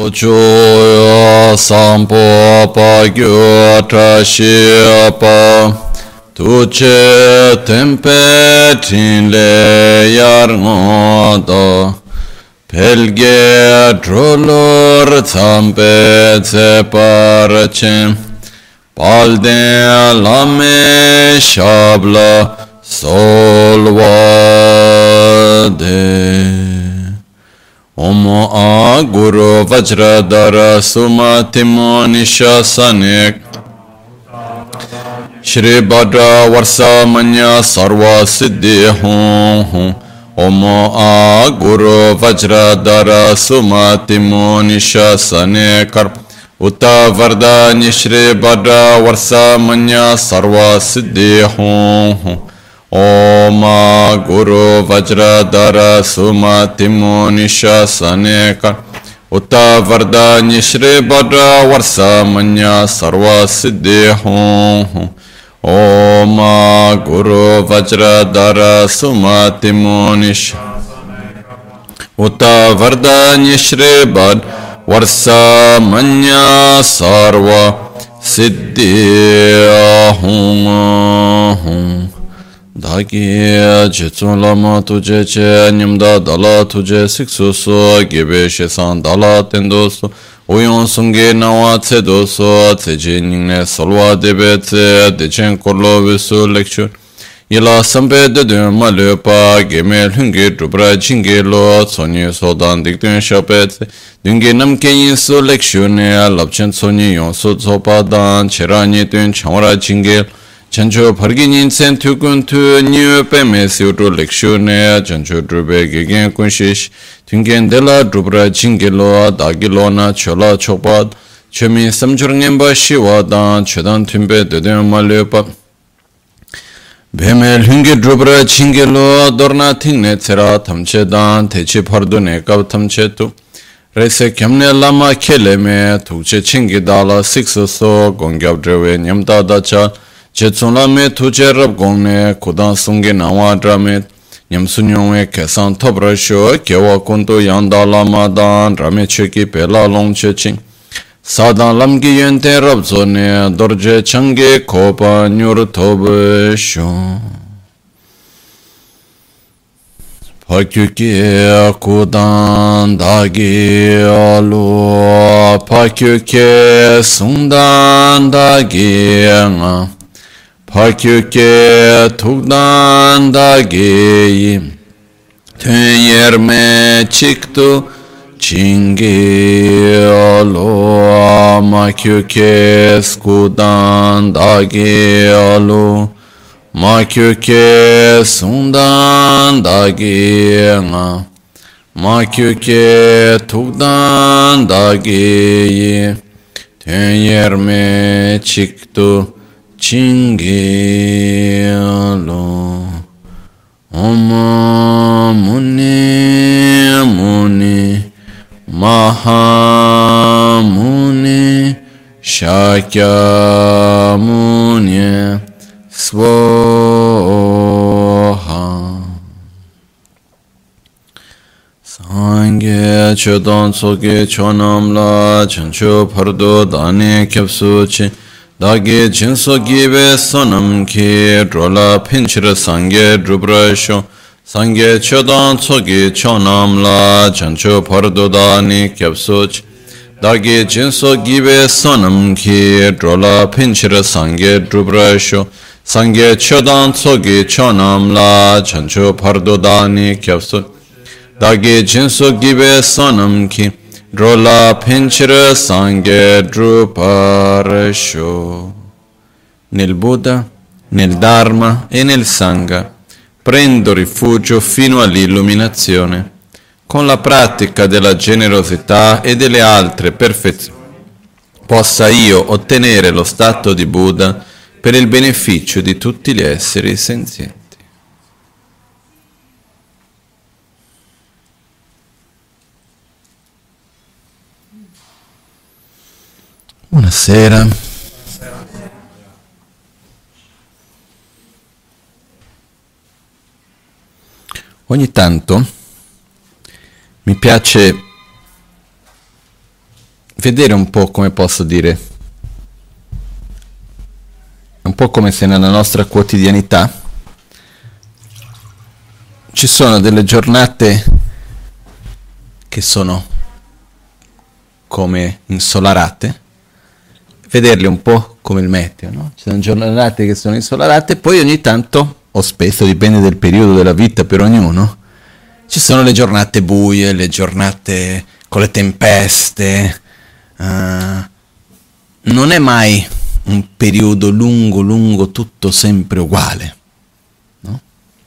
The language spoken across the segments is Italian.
Tocho sampo pa gyo trashi pa Tuche tempe tinle yar ngodo Pelge drolor zampe tse parche Palde lame shabla solvade Om A Guru Vajradhara Sumatimo Nishasanik Shri Bhadra Varsa Manya Sarva Siddhi Hum Om A Guru Vajradhara Sumatimo Nishasanik Uta Vardhani Shri Bhadra Varsa Manya Sarva Siddhi Hum Om Guru Vajradhara Sumatimo Nishasaneka Uta Vardhani Shri Bhadra Varsa Manya Sarva Siddhi Hum Om Guru Vajradhara Sumatimo Nishasaneka Uta Vardhani Shri Bhadra Varsa Manya Sarva Siddhi Hum Dagi Jitsun Lama Tuje Che Nyamda Dala Tuje Siksu So Gebe Shesan Dala Tendo So Oyon Sungi Nawa Tse Do So Tse Je Nyingne Salwa Debe Tse Dechen Korlo Visu Lecture Yila Sampe Dedun Malupa Geme Lungi Drupra Jingi Lo Tsonyi Sodan Dikdun Shape Tse Dungi Namke Yin Su Lecture Ne Lapchen Tsonyi Yon Su Tsopa Dan Cherani Dun Chamra Jingi Chancho Parginin Sen Tukun Tu New Peme Siutu Lekshune Chancho Drube Gegen Kunshish Tungen Dela Drupra Jingelo Dagilona Chola Chopad Chemi Samjurngemba Shiwadan Chedan Tumbe Deden Malepa Beme Lungi Drupra Jingelo Dorna Tingne Tera Tamchedan Techi Pardune Kav Tamchetu Rese Kemne Lama Keleme Tukche Chingidala Sikso So Gongyab Drewe Nyamda Dacha Jetsula me tuje rab gongne kudan sungi nawa drame nyamsunyongwe kesan tobra sho kewa kundu yanda lama dan rame cheki pela long cheching sadan lamgi yente rab zone dorje change kopa nyur tobe sho pakyuke kudan dagi alu pakyuke sundan dagi nga Pakyuke tukdan dagi Tön yerme çıktı Çingi alo Makyuke skudan dagi alo Makyuke sundan dagi nga Makyuke tukdan dagi Tön yerme çıktı Chingelo Om Muni Muni Maha Muni Shakya Muni Svoha Sangye Chodon Soge Chonamla Chancho Pardo Dani Kyapsuchi Dagi Jinso Gibe Sonam Ki Drola Pinchira Sangye Drubrasho Sangye Chodan Tsogi Chonam La Chancho Pardodani Kyapsoch Dagi Jinso Gibe Sonam Ki Drola Pinchira Sangye Drubrasho Sangye Chodan Tsogi Chonam La Chancho Pardodani Kyapsoch Dagi Jinso Gibe Sonam Ki Drola Pinchira Sangye Druparasho. Nel Buddha, nel Dharma e nel Sangha prendo rifugio fino all'illuminazione. Con la pratica della generosità e delle altre perfezioni possa io ottenere lo stato di Buddha per il beneficio di tutti gli esseri senzienti. Buonasera. Ogni tanto mi piace vedere un po', come posso dire, è un po' come se nella nostra quotidianità ci sono delle giornate che sono come insolarate, vederle un po' come il meteo, no? Ci sono giornate che sono insolarate, poi ogni tanto, o spesso, dipende del periodo della vita per ognuno, ci sono le giornate buie, le giornate con le tempeste. Non è mai un periodo lungo, tutto sempre uguale, no?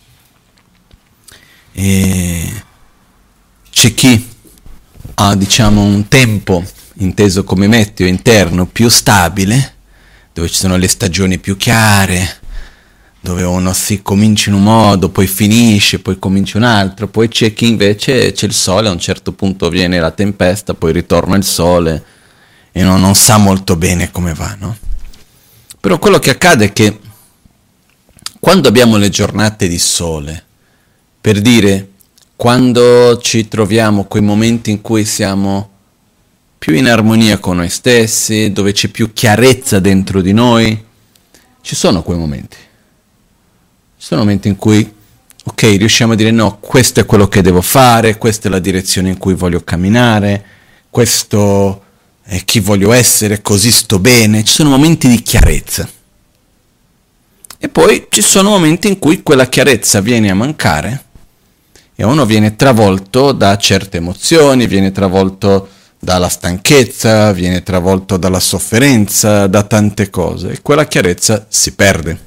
E c'è chi ha, diciamo, un tempo inteso come meteo interno più stabile, dove ci sono le stagioni più chiare, dove uno si comincia in un modo, poi finisce, poi comincia un altro, poi c'è chi invece c'è il sole, a un certo punto viene la tempesta, poi ritorna il sole e non sa molto bene come va, no? Però quello che accade è che quando abbiamo le giornate di sole, per dire, quando ci troviamo quei momenti in cui siamo più in armonia con noi stessi, dove c'è più chiarezza dentro di noi, ci sono quei momenti. Ci sono momenti in cui, ok, riusciamo a dire no, questo è quello che devo fare, questa è la direzione in cui voglio camminare, questo è chi voglio essere, così sto bene. Ci sono momenti di chiarezza. E poi ci sono momenti in cui quella chiarezza viene a mancare e uno viene travolto da certe emozioni, viene travolto dalla stanchezza, viene travolto dalla sofferenza, da tante cose, e quella chiarezza si perde.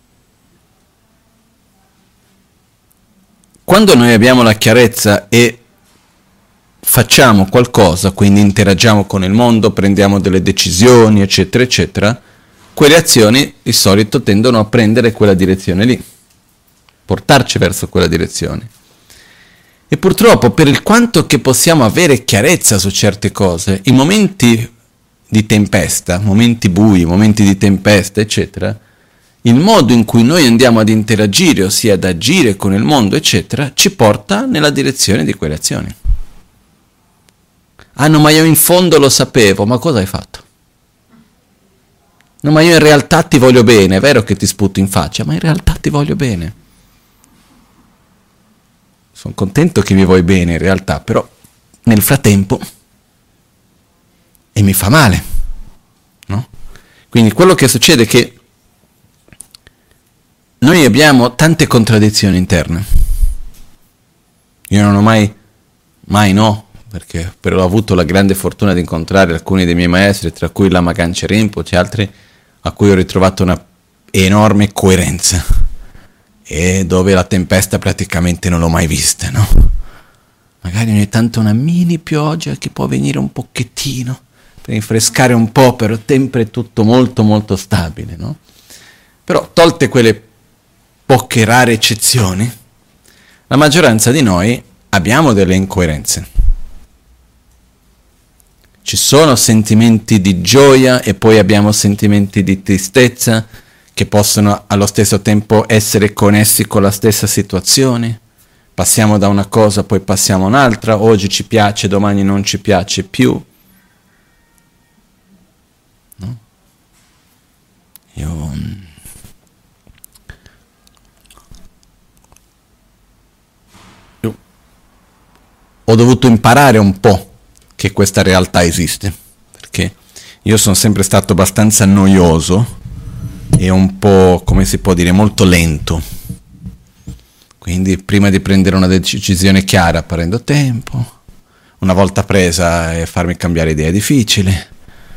Quando noi abbiamo la chiarezza e facciamo qualcosa, quindi interagiamo con il mondo, prendiamo delle decisioni, eccetera, eccetera, quelle azioni di solito tendono a prendere quella direzione lì, portarci verso quella direzione. E purtroppo, per il quanto che possiamo avere chiarezza su certe cose, i momenti di tempesta, momenti bui, momenti di tempesta, eccetera, il modo in cui noi andiamo ad interagire, ossia ad agire con il mondo, eccetera, ci porta nella direzione di quelle azioni. Ah no, ma io in fondo lo sapevo, ma cosa hai fatto? No, ma io in realtà ti voglio bene, è vero che ti sputo in faccia, ma in realtà ti voglio bene. Sono contento che mi vuoi bene in realtà, però nel frattempo e mi fa male, no? Quindi quello che succede è che noi abbiamo tante contraddizioni interne. Io non ho mai no, perché però ho avuto la grande fortuna di incontrare alcuni dei miei maestri, tra cui Lama Kanchen Rinpoche e altri, a cui ho ritrovato una enorme coerenza, e dove la tempesta praticamente non l'ho mai vista, no? Magari ogni tanto una mini pioggia che può venire un pochettino per rinfrescare un po', però sempre tutto molto stabile, no? Però tolte quelle poche rare eccezioni, la maggioranza di noi abbiamo delle incoerenze. Ci sono sentimenti di gioia e poi abbiamo sentimenti di tristezza che possono allo stesso tempo essere connessi con la stessa situazione. Passiamo da una cosa, poi passiamo a un'altra, oggi ci piace, domani non ci piace più. No? Io ho dovuto imparare un po' che questa realtà esiste, perché io sono sempre stato abbastanza noioso e un po', come si può dire, molto lento. Quindi prima di prendere una decisione chiara prendo tempo, una volta presa farmi cambiare idea è difficile,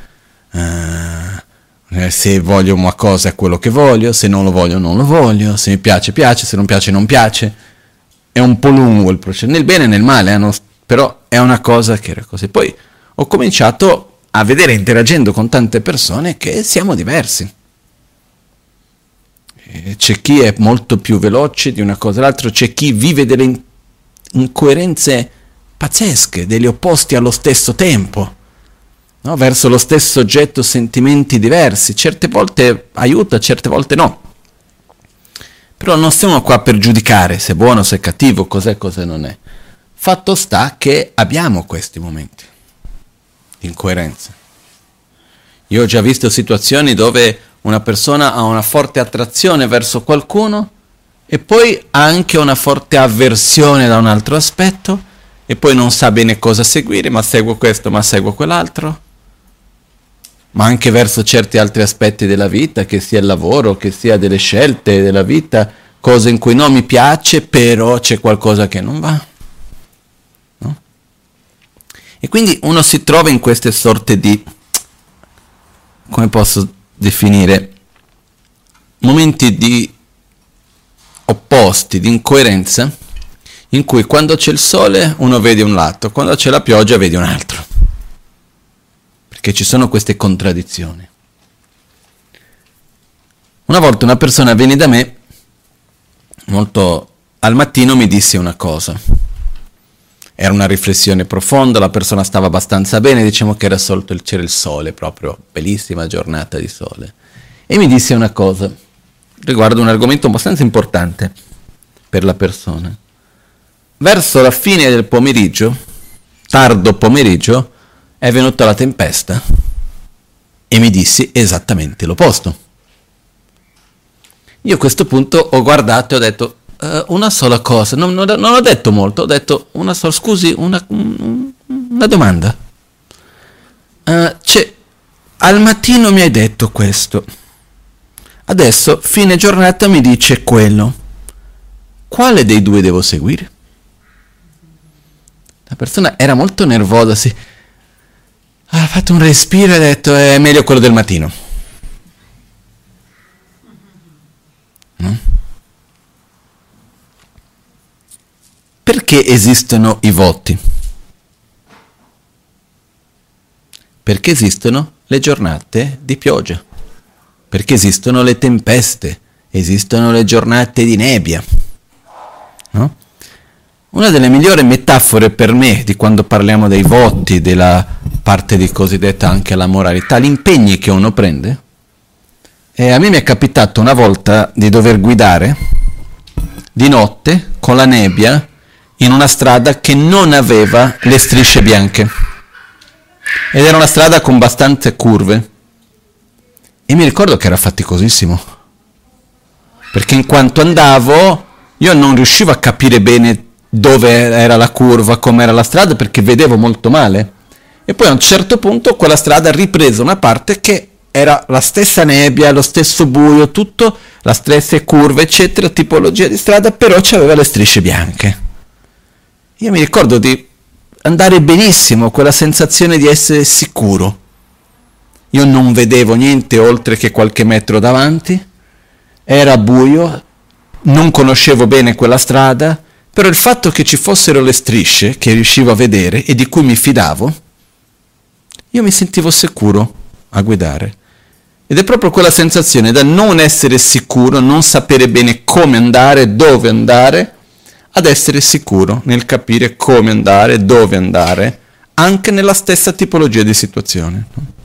se voglio una cosa è quello che voglio, se non lo voglio non lo voglio, se mi piace piace, se non piace non piace, è un po' lungo il processo, nel bene e nel male, però è una cosa che era così. Poi ho cominciato a vedere, interagendo con tante persone, che siamo diversi. C'è chi è molto più veloce di una cosa all'altra, c'è chi vive delle incoerenze pazzesche, degli opposti allo stesso tempo, no? Verso lo stesso oggetto sentimenti diversi, certe volte aiuta, certe volte no. Però non siamo qua per giudicare se è buono, se è cattivo, cos'è, cosa non è. Fatto sta che abbiamo questi momenti. di incoerenza. Io ho già visto situazioni dove una persona ha una forte attrazione verso qualcuno e poi ha anche una forte avversione da un altro aspetto e poi non sa bene cosa seguire, ma seguo questo, ma seguo quell'altro, ma anche verso certi altri aspetti della vita, che sia il lavoro, che sia delle scelte della vita, cose in cui non mi piace, però c'è qualcosa che non va. No? E quindi uno si trova in queste sorte di, come posso definire, momenti di opposti, di incoerenza, in cui quando c'è il sole uno vede un lato, quando c'è la pioggia vede un altro. Perché ci sono queste contraddizioni. Una volta una persona venne da me, molto al mattino mi disse una cosa. Era una riflessione profonda, la persona stava abbastanza bene, diciamo che c'era il sole, proprio bellissima giornata di sole. E mi disse una cosa riguardo un argomento abbastanza importante per la persona. Verso la fine del pomeriggio, tardo pomeriggio, è venuta la tempesta e mi dissi esattamente l'opposto. Io a questo punto ho guardato e ho detto una sola cosa, non ho detto molto, ho detto una sola, scusi, una domanda. Al mattino mi hai detto questo, adesso fine giornata mi dice quello, quale dei due devo seguire? La persona era molto nervosa, sì. Ha fatto un respiro e ha detto è meglio quello del mattino. No? Perché esistono i voti? Perché esistono le giornate di pioggia, perché esistono le tempeste, esistono le giornate di nebbia. No? Una delle migliori metafore per me di quando parliamo dei voti, della parte di cosiddetta anche la moralità, gli impegni che uno prende, e a me mi è capitato una volta di dover guidare di notte con la nebbia in una strada che non aveva le strisce bianche ed era una strada con abbastanza curve e mi ricordo che era faticosissimo perché in quanto andavo io non riuscivo a capire bene dove era la curva, com'era la strada, perché vedevo molto male. E poi a un certo punto quella strada ha ripreso una parte che era la stessa nebbia, lo stesso buio, tutto, la stessa curva, eccetera, tipologia di strada, però c'aveva le strisce bianche. Io mi ricordo di andare benissimo, quella sensazione di essere sicuro. Io non vedevo niente oltre che qualche metro davanti, era buio, non conoscevo bene quella strada, però il fatto che ci fossero le strisce che riuscivo a vedere e di cui mi fidavo, io mi sentivo sicuro a guidare. Ed è proprio quella sensazione da non essere sicuro, non sapere bene come andare, dove andare, ad essere sicuro nel capire come andare, dove andare, anche nella stessa tipologia di situazione.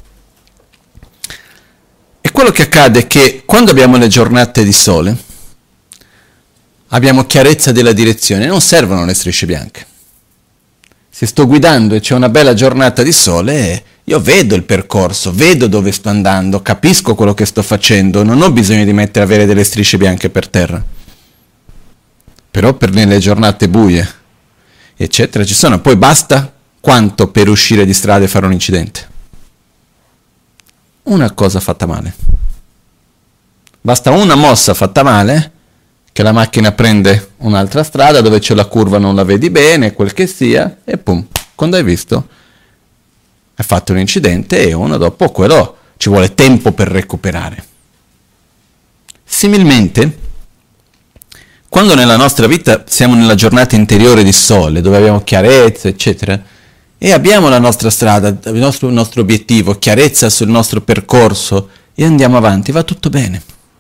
E quello che accade è che quando abbiamo le giornate di sole, abbiamo chiarezza della direzione, non servono le strisce bianche. Se sto guidando e c'è una bella giornata di sole, io vedo il percorso, vedo dove sto andando, capisco quello che sto facendo, non ho bisogno di avere delle strisce bianche per terra. Però per le giornate buie, eccetera, ci sono. Poi basta quanto per uscire di strada e fare un incidente? Una cosa fatta male. Basta una mossa fatta male che la macchina prende un'altra strada dove c'è la curva, non la vedi bene, quel che sia, e pum, quando hai visto hai fatto un incidente e uno dopo quello ci vuole tempo per recuperare. Similmente, quando nella nostra vita siamo nella giornata interiore di sole, dove abbiamo chiarezza, eccetera, e abbiamo la nostra strada, il nostro obiettivo, chiarezza sul nostro percorso, e andiamo avanti, va tutto bene.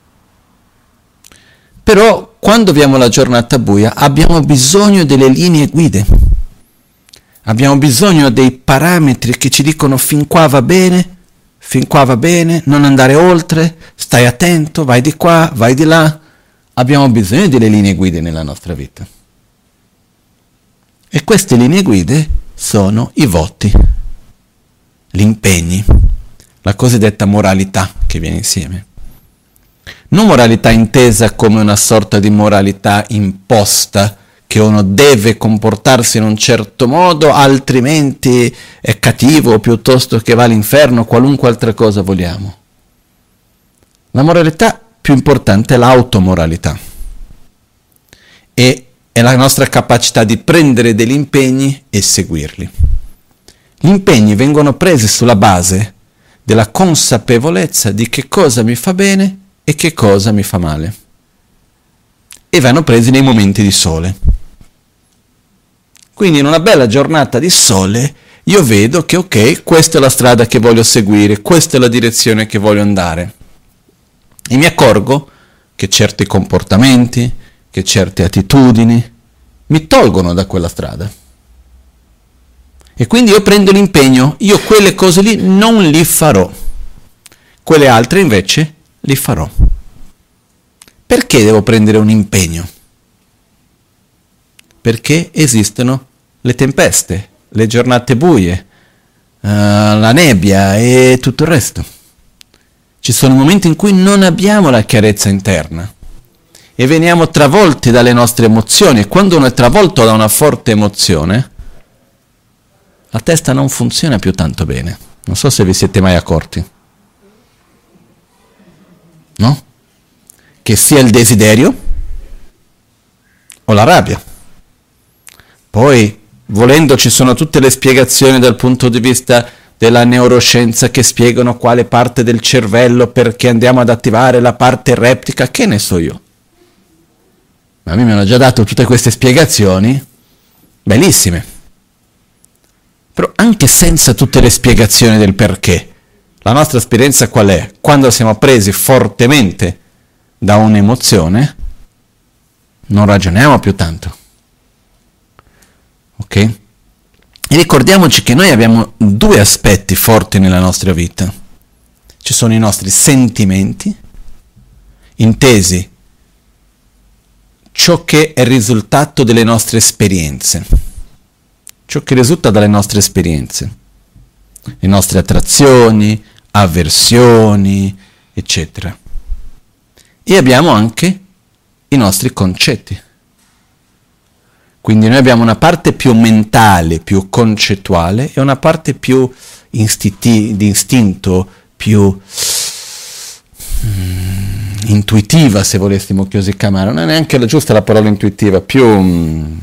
Però quando abbiamo la giornata buia abbiamo bisogno delle linee guide, abbiamo bisogno dei parametri che ci dicono fin qua va bene, non andare oltre, stai attento, vai di qua, vai di là. Abbiamo bisogno delle linee guide nella nostra vita. E queste linee guide sono i voti. gli impegni, la cosiddetta moralità che viene insieme. Non moralità intesa come una sorta di moralità imposta, che uno deve comportarsi in un certo modo, altrimenti è cattivo, piuttosto che va all'inferno, qualunque altra cosa vogliamo. La moralità più importante è l'automoralità. E è la nostra capacità di prendere degli impegni e seguirli. Gli impegni vengono presi sulla base della consapevolezza di che cosa mi fa bene e che cosa mi fa male. E vanno presi nei momenti di sole. Quindi in una bella giornata di sole io vedo che ok, questa è la strada che voglio seguire, questa è la direzione che voglio andare. E mi accorgo che certi comportamenti, che certe attitudini mi tolgono da quella strada. E quindi io prendo l'impegno, io quelle cose lì non li farò, quelle altre invece li farò. Perché devo prendere un impegno? Perché esistono le tempeste, le giornate buie, la nebbia e tutto il resto. Ci sono momenti in cui non abbiamo la chiarezza interna e veniamo travolti dalle nostre emozioni, e quando uno è travolto da una forte emozione, la testa non funziona più tanto bene. Non so se vi siete mai accorti. No? Che sia il desiderio o la rabbia. Poi, volendo, ci sono tutte le spiegazioni dal punto di vista della neuroscienza che spiegano quale parte del cervello, perché andiamo ad attivare la parte reptica, che ne so io. Ma a me mi hanno già dato tutte queste spiegazioni, bellissime. Però anche senza tutte le spiegazioni del perché, la nostra esperienza qual è? Quando siamo presi fortemente da un'emozione, non ragioniamo più tanto. Ok? E ricordiamoci che noi abbiamo due aspetti forti nella nostra vita. Ci sono i nostri sentimenti, intesi ciò che è il risultato delle nostre esperienze, ciò che risulta dalle nostre esperienze, le nostre attrazioni, avversioni, eccetera. E abbiamo anche i nostri concetti. Quindi noi abbiamo una parte più mentale, più concettuale, e una parte più di istinto, più intuitiva, se volessimo così chiamare. Non è neanche giusta la parola intuitiva, più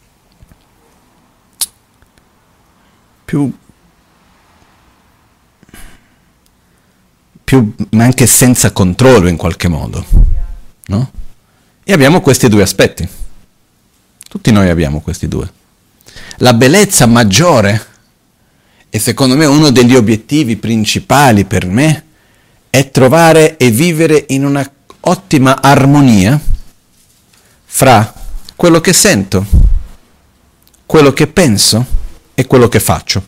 ma anche senza controllo in qualche modo, no? E abbiamo questi due aspetti. Tutti noi abbiamo questi due. La bellezza maggiore, e secondo me uno degli obiettivi principali per me, è trovare e vivere in una ottima armonia fra quello che sento, quello che penso e quello che faccio.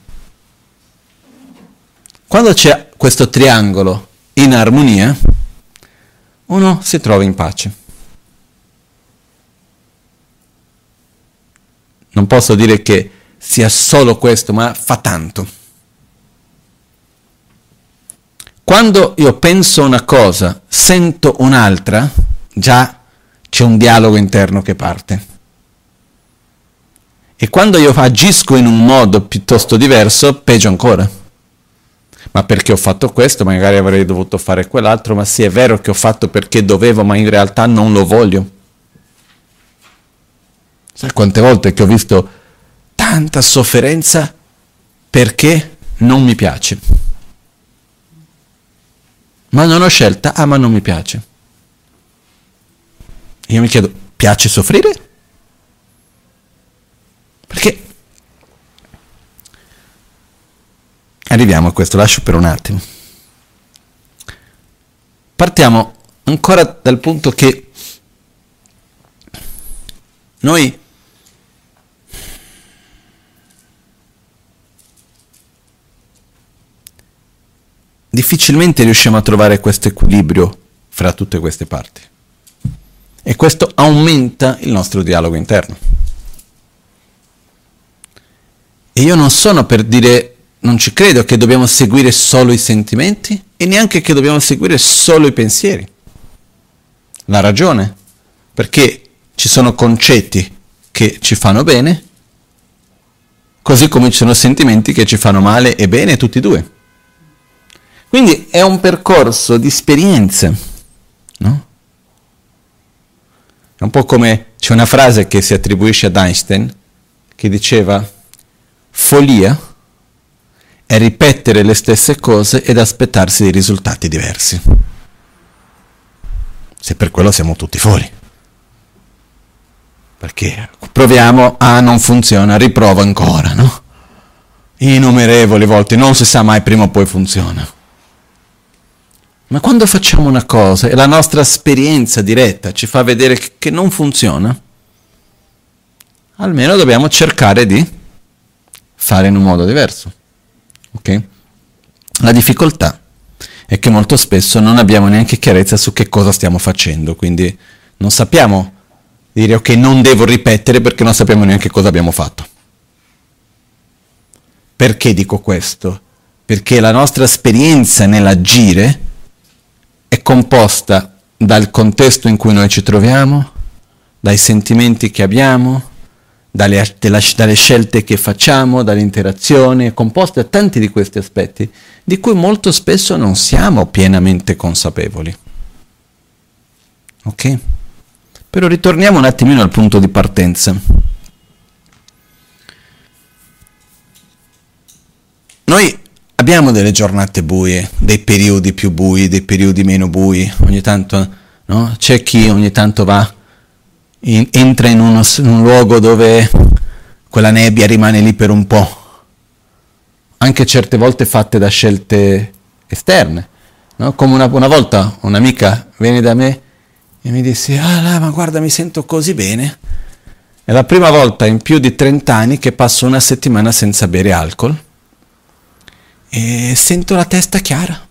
Quando c'è questo triangolo in armonia, uno si trova in pace. Non posso dire che sia solo questo, ma fa tanto. Quando io penso una cosa, sento un'altra, già c'è un dialogo interno che parte. E quando io agisco in un modo piuttosto diverso, peggio ancora. Ma perché ho fatto questo? Magari avrei dovuto fare quell'altro, ma sì, è vero che ho fatto perché dovevo, ma in realtà non lo voglio. Sai quante volte che ho visto tanta sofferenza perché non mi piace? Ma non ho scelta, ma non mi piace. Io mi chiedo, piace soffrire? Perché? Arriviamo a questo, lascio per un attimo. Partiamo ancora dal punto che noi difficilmente riusciamo a trovare questo equilibrio fra tutte queste parti. E questo aumenta il nostro dialogo interno. E io non sono per dire non ci credo che dobbiamo seguire solo i sentimenti e neanche che dobbiamo seguire solo i pensieri. La ragione, perché ci sono concetti che ci fanno bene, così come ci sono sentimenti che ci fanno male e bene, tutti e due. Quindi è un percorso di esperienze, no? È un po' come, c'è una frase che si attribuisce ad Einstein, che diceva: follia è ripetere le stesse cose ed aspettarsi dei risultati diversi. Se per quello siamo tutti folli. Perché proviamo, non funziona, riprovo ancora, no? Innumerevoli volte, non si sa mai, prima o poi funziona. Ma quando facciamo una cosa e la nostra esperienza diretta ci fa vedere che non funziona, almeno dobbiamo cercare di fare in un modo diverso. Ok? La difficoltà è che molto spesso non abbiamo neanche chiarezza su che cosa stiamo facendo, quindi non sappiamo dire ok, non devo ripetere perché non sappiamo neanche cosa abbiamo fatto. Perché dico questo? Perché la nostra esperienza nell'agire è composta dal contesto in cui noi ci troviamo, dai sentimenti che abbiamo, dalle scelte che facciamo, dalle interazioni, è composta da tanti di questi aspetti di cui molto spesso non siamo pienamente consapevoli. Ok? Però ritorniamo un attimino al punto di partenza. Noi abbiamo delle giornate buie, dei periodi più bui, dei periodi meno bui, ogni tanto, no? C'è chi ogni tanto entra in un luogo dove quella nebbia rimane lì per un po', anche certe volte fatte da scelte esterne, no? Come una volta un'amica venne da me e mi disse: ma guarda, mi sento così bene, è la prima volta in più di 30 anni che passo una settimana senza bere alcol e sento la testa chiara.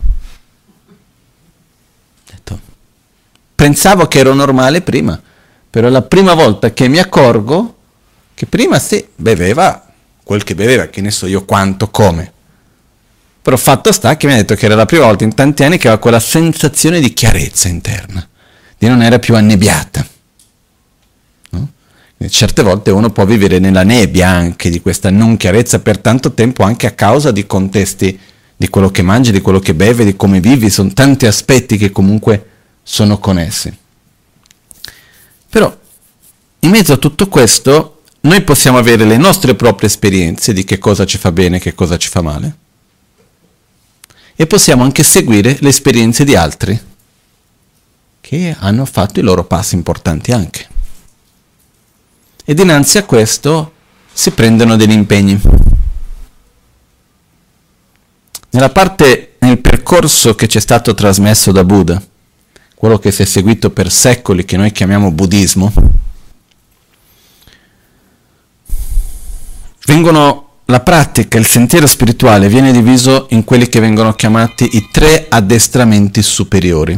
Pensavo che ero normale prima, però è la prima volta che mi accorgo che prima sì, beveva quel che beveva, che ne so io quanto, come. Però fatto sta che mi ha detto che era la prima volta in tanti anni che aveva quella sensazione di chiarezza interna, di non era più annebbiata. No? Certe volte uno può vivere nella nebbia anche di questa non chiarezza per tanto tempo, anche a causa di contesti, di quello che mangi, di quello che bevi, di come vivi, sono tanti aspetti che comunque sono connessi. Però in mezzo a tutto questo noi possiamo avere le nostre proprie esperienze di che cosa ci fa bene e che cosa ci fa male, e possiamo anche seguire le esperienze di altri che hanno fatto i loro passi importanti anche. E dinanzi a questo si prendono degli impegni. Nel percorso che ci è stato trasmesso da Buddha, quello che si è seguito per secoli, che noi chiamiamo buddismo, la pratica, il sentiero spirituale viene diviso in quelli che vengono chiamati i 3 addestramenti superiori.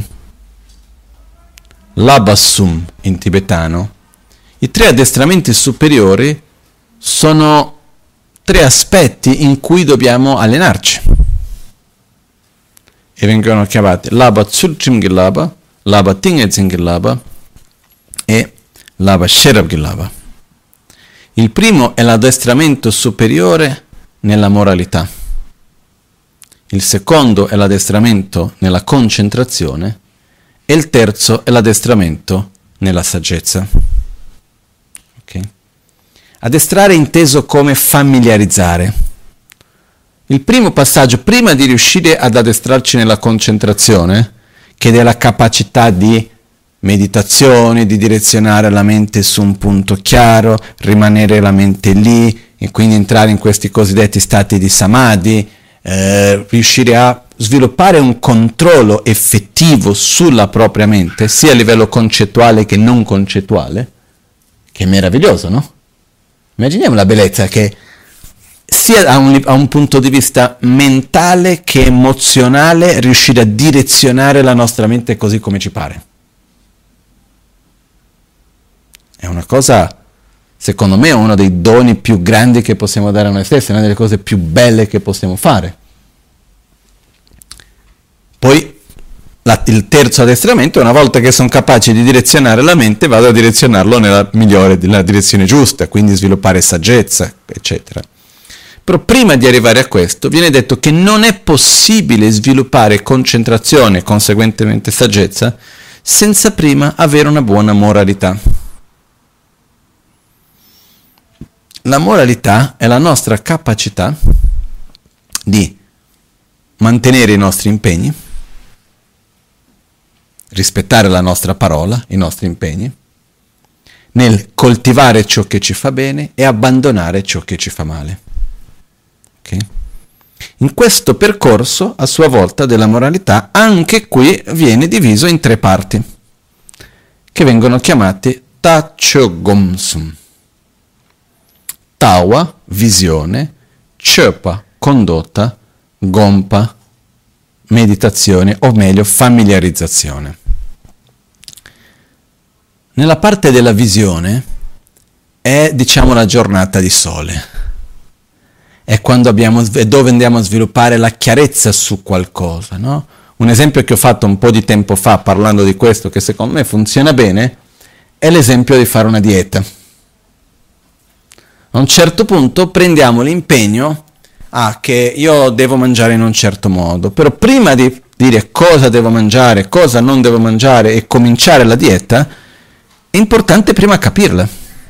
Labasum in tibetano. I 3 addestramenti superiori sono 3 aspetti in cui dobbiamo allenarci. E vengono chiamati Laba Tsulchim-Gilaba, Laba Tingezin-Gilaba e Laba Sherab-Gilaba. Il primo è l'addestramento superiore nella moralità. Il secondo è l'addestramento nella concentrazione e il terzo è l'addestramento nella saggezza. Okay. Addestrare è inteso come familiarizzare. Il primo passaggio, prima di riuscire ad addestrarci nella concentrazione, che è la capacità di meditazione, di direzionare la mente su un punto chiaro, rimanere la mente lì e quindi entrare in questi cosiddetti stati di samadhi, riuscire a sviluppare un controllo effettivo sulla propria mente, sia a livello concettuale che non concettuale, che è meraviglioso, no? Immaginiamo la bellezza che sia a un punto di vista mentale che emozionale riuscire a direzionare la nostra mente così come ci pare. È una cosa secondo me è uno dei doni più grandi che possiamo dare a noi stessi, una delle cose più belle che possiamo fare. Poi il terzo addestramento, una volta che sono capace di direzionare la mente, vado a direzionarlo nella direzione giusta, quindi sviluppare saggezza, eccetera. Però prima di arrivare a questo viene detto che non è possibile sviluppare concentrazione e conseguentemente saggezza senza prima avere una buona moralità. La moralità è la nostra capacità di mantenere i nostri impegni, rispettare la nostra parola, i nostri impegni, nel coltivare ciò che ci fa bene e abbandonare ciò che ci fa male. Okay? In questo percorso, a sua volta, della moralità, anche qui viene diviso in 3 parti, che vengono chiamate Tachogomsum. Tawa, visione, Chöpa, condotta, Gompa, meditazione, o meglio, familiarizzazione. Nella parte della visione è, diciamo, la giornata di sole. È dove andiamo a sviluppare la chiarezza su qualcosa, no? Un esempio che ho fatto un po' di tempo fa parlando di questo, che secondo me funziona bene, è l'esempio di fare una dieta. A un certo punto prendiamo l'impegno che io devo mangiare in un certo modo, però prima di dire cosa devo mangiare, cosa non devo mangiare e cominciare la dieta, è importante prima capirla.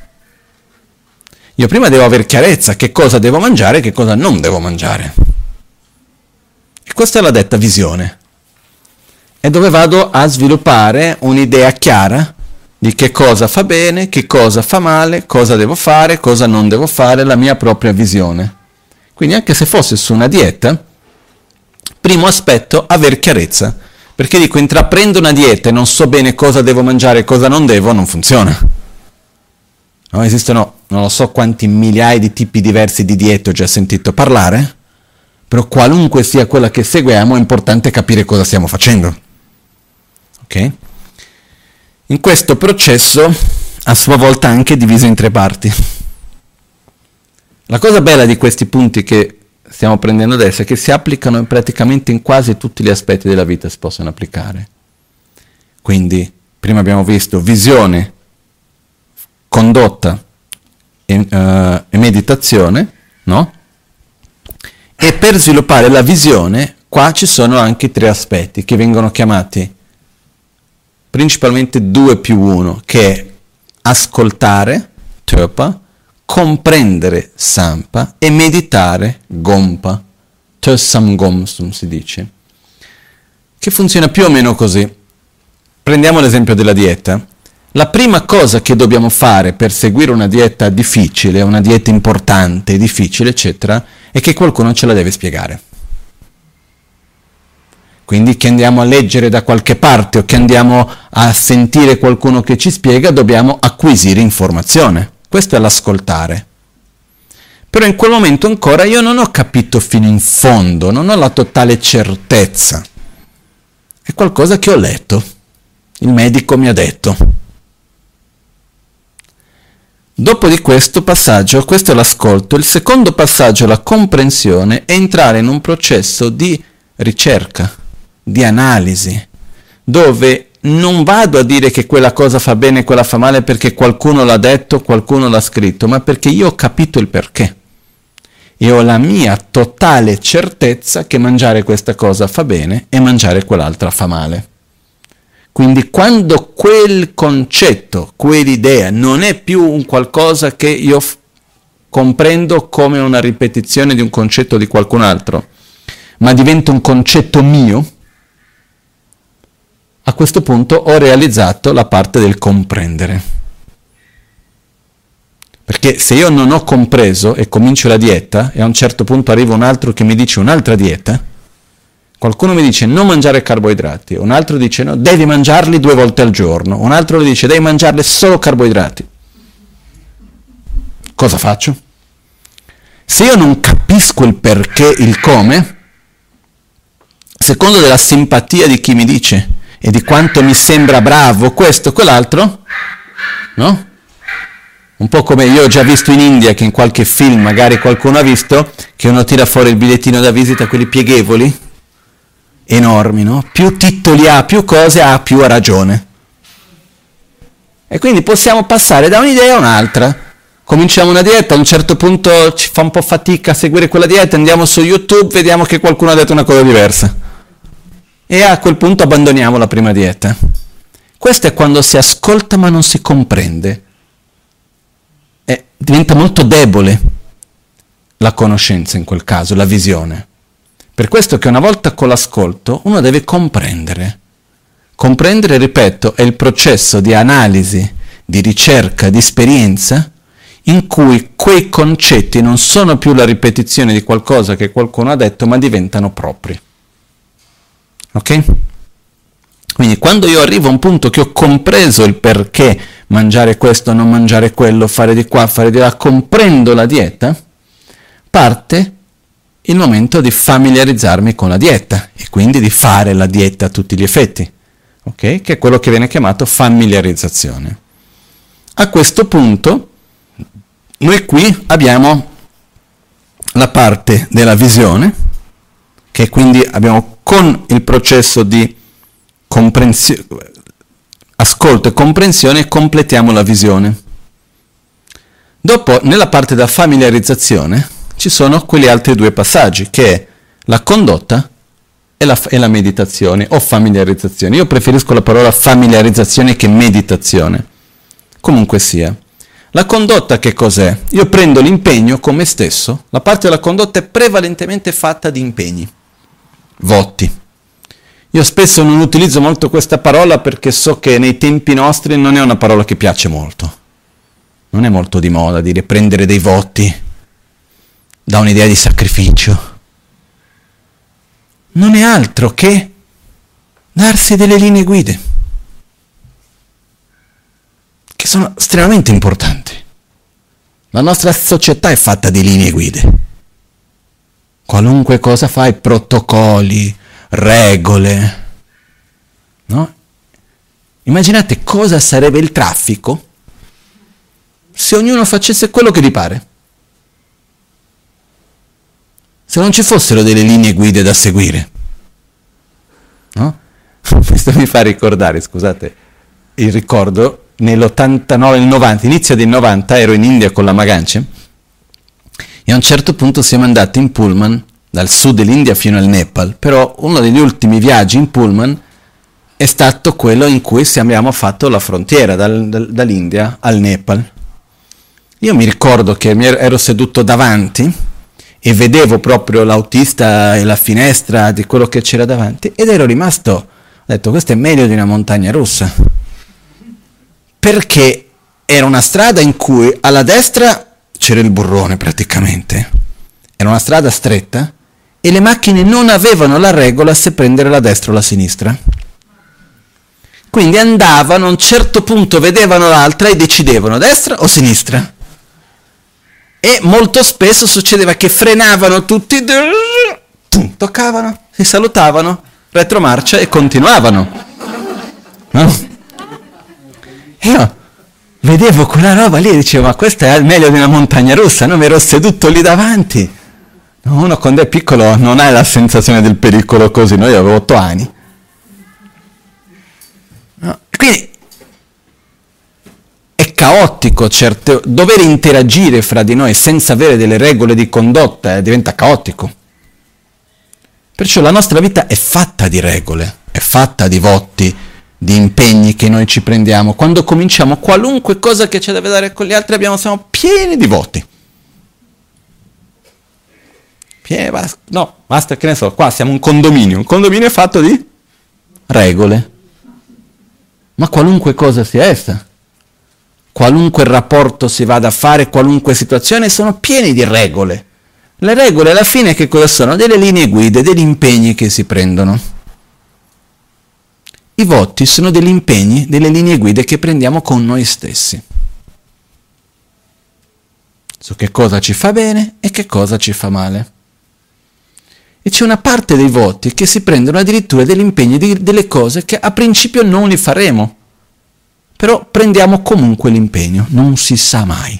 Io prima devo avere chiarezza che cosa devo mangiare e che cosa non devo mangiare. E questa è la detta visione. È dove vado a sviluppare un'idea chiara di che cosa fa bene, che cosa fa male, cosa devo fare, cosa non devo fare, la mia propria visione. Quindi anche se fosse su una dieta, primo aspetto, aver chiarezza. Perché dico, intraprendo una dieta e non so bene cosa devo mangiare e cosa non devo, non funziona. No, esistono non lo so quanti migliaia di tipi diversi di diete ho già sentito parlare, però qualunque sia quella che seguiamo è importante capire cosa stiamo facendo. Ok? In questo processo, a sua volta anche diviso in 3 parti. La cosa bella di questi punti che stiamo prendendo adesso è che si applicano praticamente in quasi tutti gli aspetti della vita, si possono applicare. Quindi, prima abbiamo visto visione, condotta e meditazione, no? E per sviluppare la visione, qua ci sono anche 3 aspetti che vengono chiamati principalmente 2 più 1, che è ascoltare, Töpa, comprendere, Sampa, e meditare, Gompa, Tösam Gomsum si dice, che funziona più o meno così. Prendiamo l'esempio della dieta. La prima cosa che dobbiamo fare per seguire una dieta difficile, una dieta importante, difficile, eccetera, è che qualcuno ce la deve spiegare. Quindi che andiamo a leggere da qualche parte o che andiamo a sentire qualcuno che ci spiega, dobbiamo acquisire informazione. Questo è l'ascoltare. Però in quel momento ancora io non ho capito fino in fondo, non ho la totale certezza. È qualcosa che ho letto. Il medico mi ha detto. Dopo di questo passaggio, questo è l'ascolto, il secondo passaggio, la comprensione, è entrare in un processo di ricerca, di analisi, dove non vado a dire che quella cosa fa bene e quella fa male perché qualcuno l'ha detto, qualcuno l'ha scritto, ma perché io ho capito il perché. E ho la mia totale certezza che mangiare questa cosa fa bene e mangiare quell'altra fa male. Quindi quando quel concetto, quell'idea non è più un qualcosa che io comprendo come una ripetizione di un concetto di qualcun altro, ma diventa un concetto mio, a questo punto ho realizzato la parte del comprendere. Perché se io non ho compreso e comincio la dieta e a un certo punto arriva un altro che mi dice un'altra dieta, qualcuno mi dice non mangiare carboidrati, un altro dice no, devi mangiarli 2 volte al giorno, un altro dice devi mangiarli solo carboidrati. Cosa faccio? Se io non capisco il perché, il come, secondo della simpatia di chi mi dice e di quanto mi sembra bravo questo o quell'altro, no? Un po' come io ho già visto in India, che in qualche film magari qualcuno ha visto, che uno tira fuori il bigliettino da visita, quelli pieghevoli, enormi, no? Più titoli ha, più cose ha, più ha ragione. E quindi possiamo passare da un'idea a un'altra. Cominciamo una dieta, a un certo punto ci fa un po' fatica a seguire quella dieta, andiamo su YouTube, vediamo che qualcuno ha detto una cosa diversa. E a quel punto abbandoniamo la prima dieta. Questo è quando si ascolta ma non si comprende. Diventa molto debole la conoscenza in quel caso, la visione. Per questo che una volta con l'ascolto uno deve comprendere. Comprendere, ripeto, è il processo di analisi, di ricerca, di esperienza, in cui quei concetti non sono più la ripetizione di qualcosa che qualcuno ha detto, ma diventano propri. Ok? Quindi quando io arrivo a un punto che ho compreso il perché mangiare questo, non mangiare quello, fare di qua, fare di là, comprendo la dieta, parte il momento di familiarizzarmi con la dieta e quindi di fare la dieta a tutti gli effetti, ok? Che è quello che viene chiamato familiarizzazione. A questo punto noi qui abbiamo la parte della visione, che quindi abbiamo con il processo di ascolto e comprensione completiamo la visione. Dopo, nella parte della familiarizzazione, ci sono quegli altri due passaggi, che è la condotta e la meditazione, o familiarizzazione. Io preferisco la parola familiarizzazione che meditazione. Comunque sia. La condotta che cos'è? Io prendo l'impegno con me stesso, la parte della condotta è prevalentemente fatta di impegni, voti. Io spesso non utilizzo molto questa parola perché so che nei tempi nostri non è una parola che piace molto. Non è molto di moda dire prendere dei voti da un'idea di sacrificio. Non è altro che darsi delle linee guida, che sono estremamente importanti. La nostra società è fatta di linee guida. Qualunque cosa fai, protocolli, regole, no? Immaginate cosa sarebbe il traffico se ognuno facesse quello che gli pare. Se non ci fossero delle linee guida da seguire, no? Questo mi fa ricordare, scusate, il ricordo, nell'89, nel 90, inizio dei 90, ero in India con la Magancia e a un certo punto siamo andati in pullman dal sud dell'India fino al Nepal, però uno degli ultimi viaggi in pullman è stato quello in cui abbiamo fatto la frontiera dall'India al Nepal. Io mi ricordo che ero seduto davanti e vedevo proprio l'autista e la finestra di quello che c'era davanti ed ero rimasto, ho detto questo è meglio di una montagna russa, perché era una strada in cui alla destra c'era il burrone praticamente, era una strada stretta e le macchine non avevano la regola se prendere la destra o la sinistra. Quindi andavano, a un certo punto vedevano l'altra e decidevano destra o sinistra. E molto spesso succedeva che frenavano tutti, toccavano, si salutavano, retromarcia e continuavano. No? Io vedevo quella roba lì e dicevo, ma questa è meglio di una montagna russa, no? Mi ero seduto lì davanti. Uno quando è piccolo non ha la sensazione del pericolo così, no? Io avevo 8 anni. No? Quindi è caotico, dover interagire fra di noi senza avere delle regole di condotta diventa caotico. Perciò la nostra vita è fatta di regole, è fatta di voti, di impegni che noi ci prendiamo. Quando cominciamo qualunque cosa che c'è da vedere con gli altri siamo pieni di voti. No, basta, che ne so, qua siamo un condominio è fatto di regole. Ma qualunque cosa sia essa, qualunque rapporto si vada a fare, qualunque situazione, sono pieni di regole. Le regole alla fine che cosa sono? Delle linee guida, degli impegni che si prendono. I voti sono degli impegni, delle linee guida che prendiamo con noi stessi. Su che cosa ci fa bene e che cosa ci fa male. E c'è una parte dei voti che si prendono addirittura degli impegni, delle cose che a principio non li faremo. però prendiamo comunque l'impegno, non si sa mai.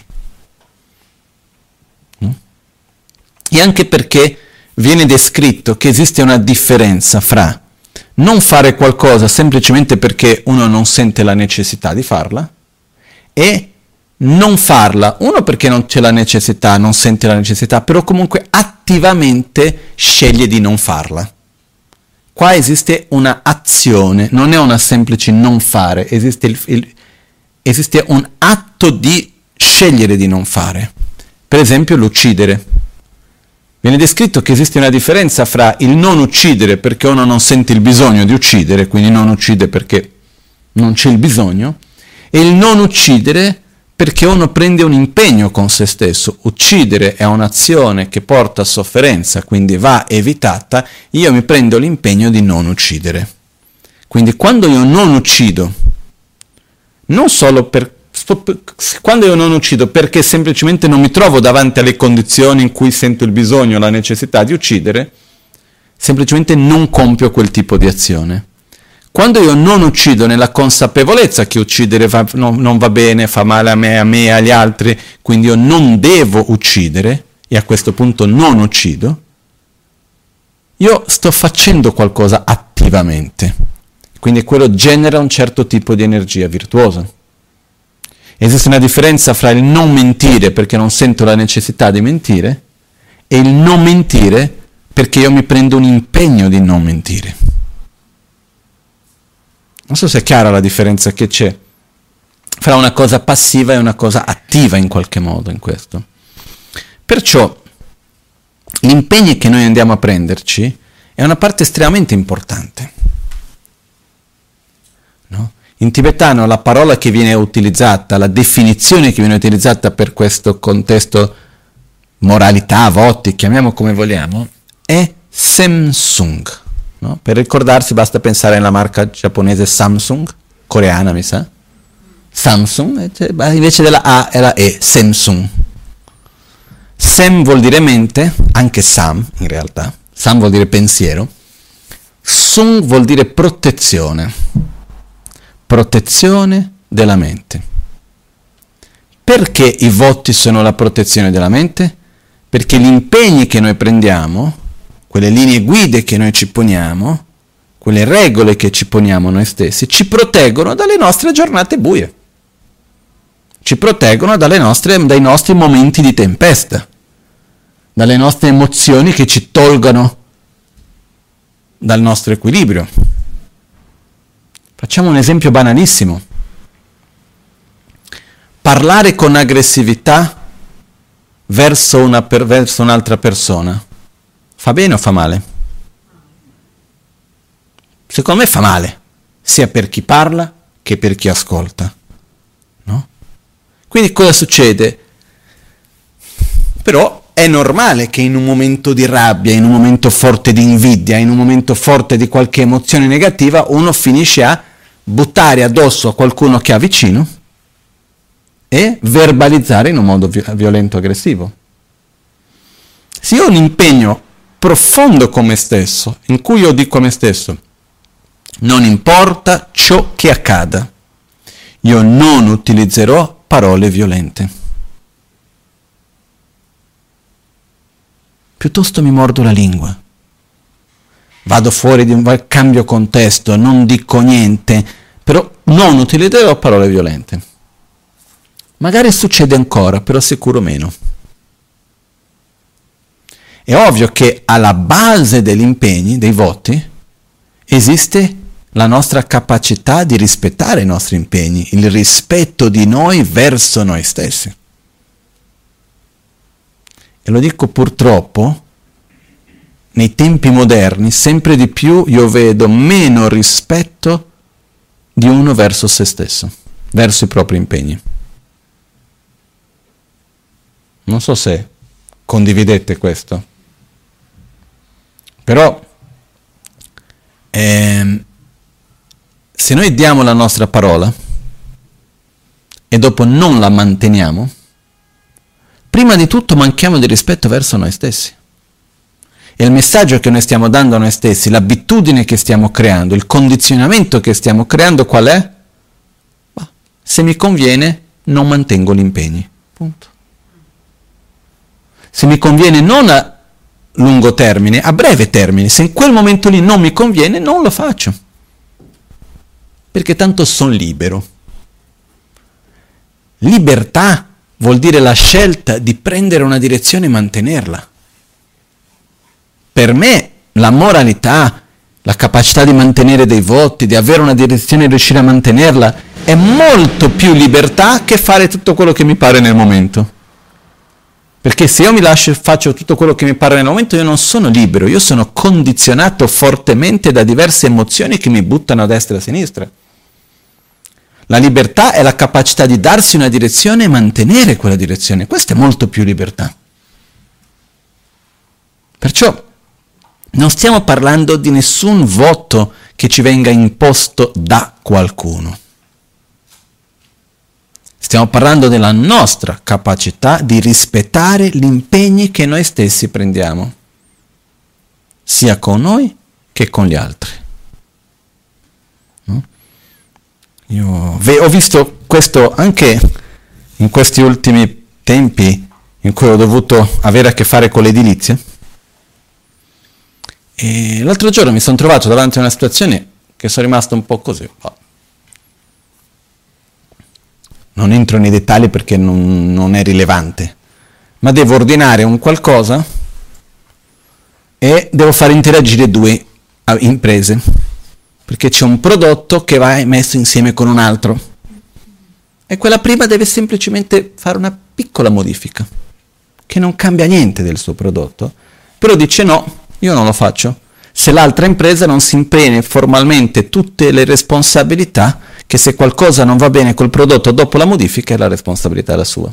E anche perché viene descritto che esiste una differenza fra non fare qualcosa semplicemente perché uno non sente la necessità di farla e non farla, uno perché non c'è la necessità, non sente la necessità, però comunque attivamente sceglie di non farla. Qua esiste una azione, non è una semplice non fare, esiste un atto di scegliere di non fare. Per esempio l'uccidere. Viene descritto che esiste una differenza fra il non uccidere perché uno non sente il bisogno di uccidere, quindi non uccide perché non c'è il bisogno, e il non uccidere perché uno prende un impegno con se stesso. Uccidere è un'azione che porta a sofferenza, quindi va evitata. Io mi prendo l'impegno di non uccidere. Quindi quando io non uccido, non solo quando io non uccido perché semplicemente non mi trovo davanti alle condizioni in cui sento il bisogno, la necessità di uccidere, semplicemente non compio quel tipo di azione. Quando io non uccido nella consapevolezza che uccidere non va bene, fa male a me e agli altri, quindi io non devo uccidere, e a questo punto non uccido, io sto facendo qualcosa attivamente. Quindi quello genera un certo tipo di energia virtuosa. Esiste una differenza fra il non mentire perché non sento la necessità di mentire e il non mentire perché io mi prendo un impegno di non mentire. Non so se è chiara la differenza che c'è fra una cosa passiva e una cosa attiva in qualche modo in questo. Perciò gli impegni che noi andiamo a prenderci è una parte estremamente importante. No? In tibetano la parola che viene utilizzata, la definizione che viene utilizzata per questo contesto moralità, voti, chiamiamo come vogliamo, è Samsung. No? Per ricordarsi basta pensare alla marca giapponese Samsung, coreana mi sa, Samsung, invece della A era E, Samsung. Sam vuol dire mente, anche Sam in realtà, Sam vuol dire pensiero, Sung vuol dire protezione della mente. Perché i voti sono la protezione della mente? Perché gli impegni che noi prendiamo, quelle linee guide che noi ci poniamo, quelle regole che ci poniamo noi stessi, ci proteggono dalle nostre giornate buie, ci proteggono dai nostri momenti di tempesta, dalle nostre emozioni che ci tolgono dal nostro equilibrio. Facciamo un esempio banalissimo. Parlare con aggressività verso un'altra persona fa bene o fa male? Secondo me fa male, sia per chi parla che per chi ascolta. No? Quindi cosa succede? Però è normale che in un momento di rabbia, in un momento forte di invidia, in un momento forte di qualche emozione negativa, uno finisce a buttare addosso a qualcuno che ha vicino e verbalizzare in un modo violento, aggressivo. Se io ho un impegno profondo con me stesso, in cui io dico a me stesso, non importa ciò che accada, io non utilizzerò parole violente. Piuttosto mi mordo la lingua, vado fuori cambio contesto, non dico niente, però non utilizzerò parole violente. Magari succede ancora, però sicuro meno. È ovvio che alla base degli impegni, dei voti, esiste la nostra capacità di rispettare i nostri impegni, il rispetto di noi verso noi stessi. E lo dico purtroppo, nei tempi moderni, sempre di più io vedo meno rispetto di uno verso se stesso, verso i propri impegni. Non so se condividete questo, però se noi diamo la nostra parola e dopo non la manteniamo, prima di tutto manchiamo di rispetto verso noi stessi. E il messaggio che noi stiamo dando a noi stessi, l'abitudine che stiamo creando, il condizionamento che stiamo creando, qual è? Se mi conviene, non mantengo gli impegni. Punto. Se mi conviene non a lungo termine, a breve termine, se in quel momento lì non mi conviene, non lo faccio. Perché tanto sono libero. Libertà vuol dire la scelta di prendere una direzione e mantenerla. Per me la moralità, la capacità di mantenere dei voti, di avere una direzione e riuscire a mantenerla, è molto più libertà che fare tutto quello che mi pare nel momento. Perché se io mi lascio e faccio tutto quello che mi pare nel momento, io non sono libero, io sono condizionato fortemente da diverse emozioni che mi buttano a destra e a sinistra. La libertà è la capacità di darsi una direzione e mantenere quella direzione. Questa è molto più libertà. Perciò non stiamo parlando di nessun voto che ci venga imposto da qualcuno. Stiamo parlando della nostra capacità di rispettare gli impegni che noi stessi prendiamo, sia con noi che con gli altri. No? Io ho visto questo anche in questi ultimi tempi in cui ho dovuto avere a che fare con l'edilizia. E l'altro giorno mi sono trovato davanti a una situazione che sono rimasto un po' così. Non entro nei dettagli perché non è rilevante, ma devo ordinare un qualcosa e devo far interagire due imprese, perché c'è un prodotto che va messo insieme con un altro e quella prima deve semplicemente fare una piccola modifica che non cambia niente del suo prodotto, però dice no, io non lo faccio, se l'altra impresa non si impegna formalmente tutte le responsabilità, che se qualcosa non va bene col prodotto dopo la modifica, la responsabilità è la sua.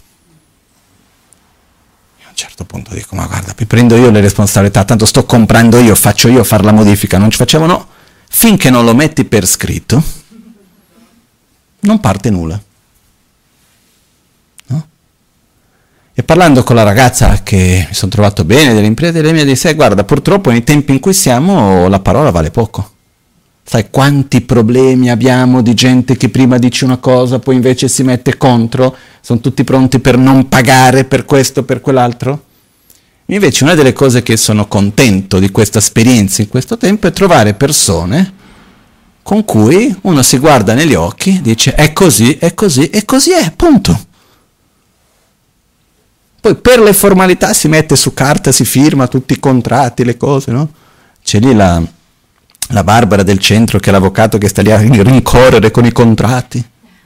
A un certo punto dico, ma guarda, mi prendo io le responsabilità, tanto sto comprando io, faccio io a fare la modifica, non ci facciamo no, finché non lo metti per scritto, non parte nulla. No? E parlando con la ragazza che mi sono trovato bene dell'impresa, lei mi disse, guarda, purtroppo nei tempi in cui siamo la parola vale poco. Sai quanti problemi abbiamo di gente che prima dice una cosa, poi invece si mette contro, sono tutti pronti per non pagare per questo, per quell'altro? Invece una delle cose che sono contento di questa esperienza in questo tempo è trovare persone con cui uno si guarda negli occhi, dice è così, è così, e così è, punto. Poi per le formalità si mette su carta, si firma tutti i contratti, le cose, no? C'è lì la Barbara del centro, che è l'avvocato che sta lì a rincorrere con i contratti.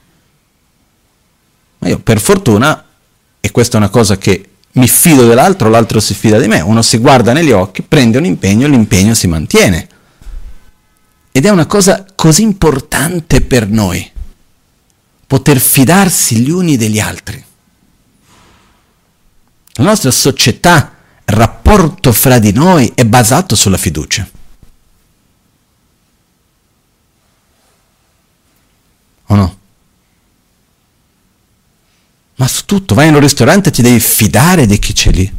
Ma io per fortuna, e questa è una cosa che mi fido dell'altro, l'altro si fida di me, uno si guarda negli occhi, prende un impegno, l'impegno si mantiene. Ed è una cosa così importante per noi, poter fidarsi gli uni degli altri. La nostra società, il rapporto fra di noi è basato sulla fiducia. O no? Ma su tutto, vai in un ristorante e ti devi fidare di chi c'è lì.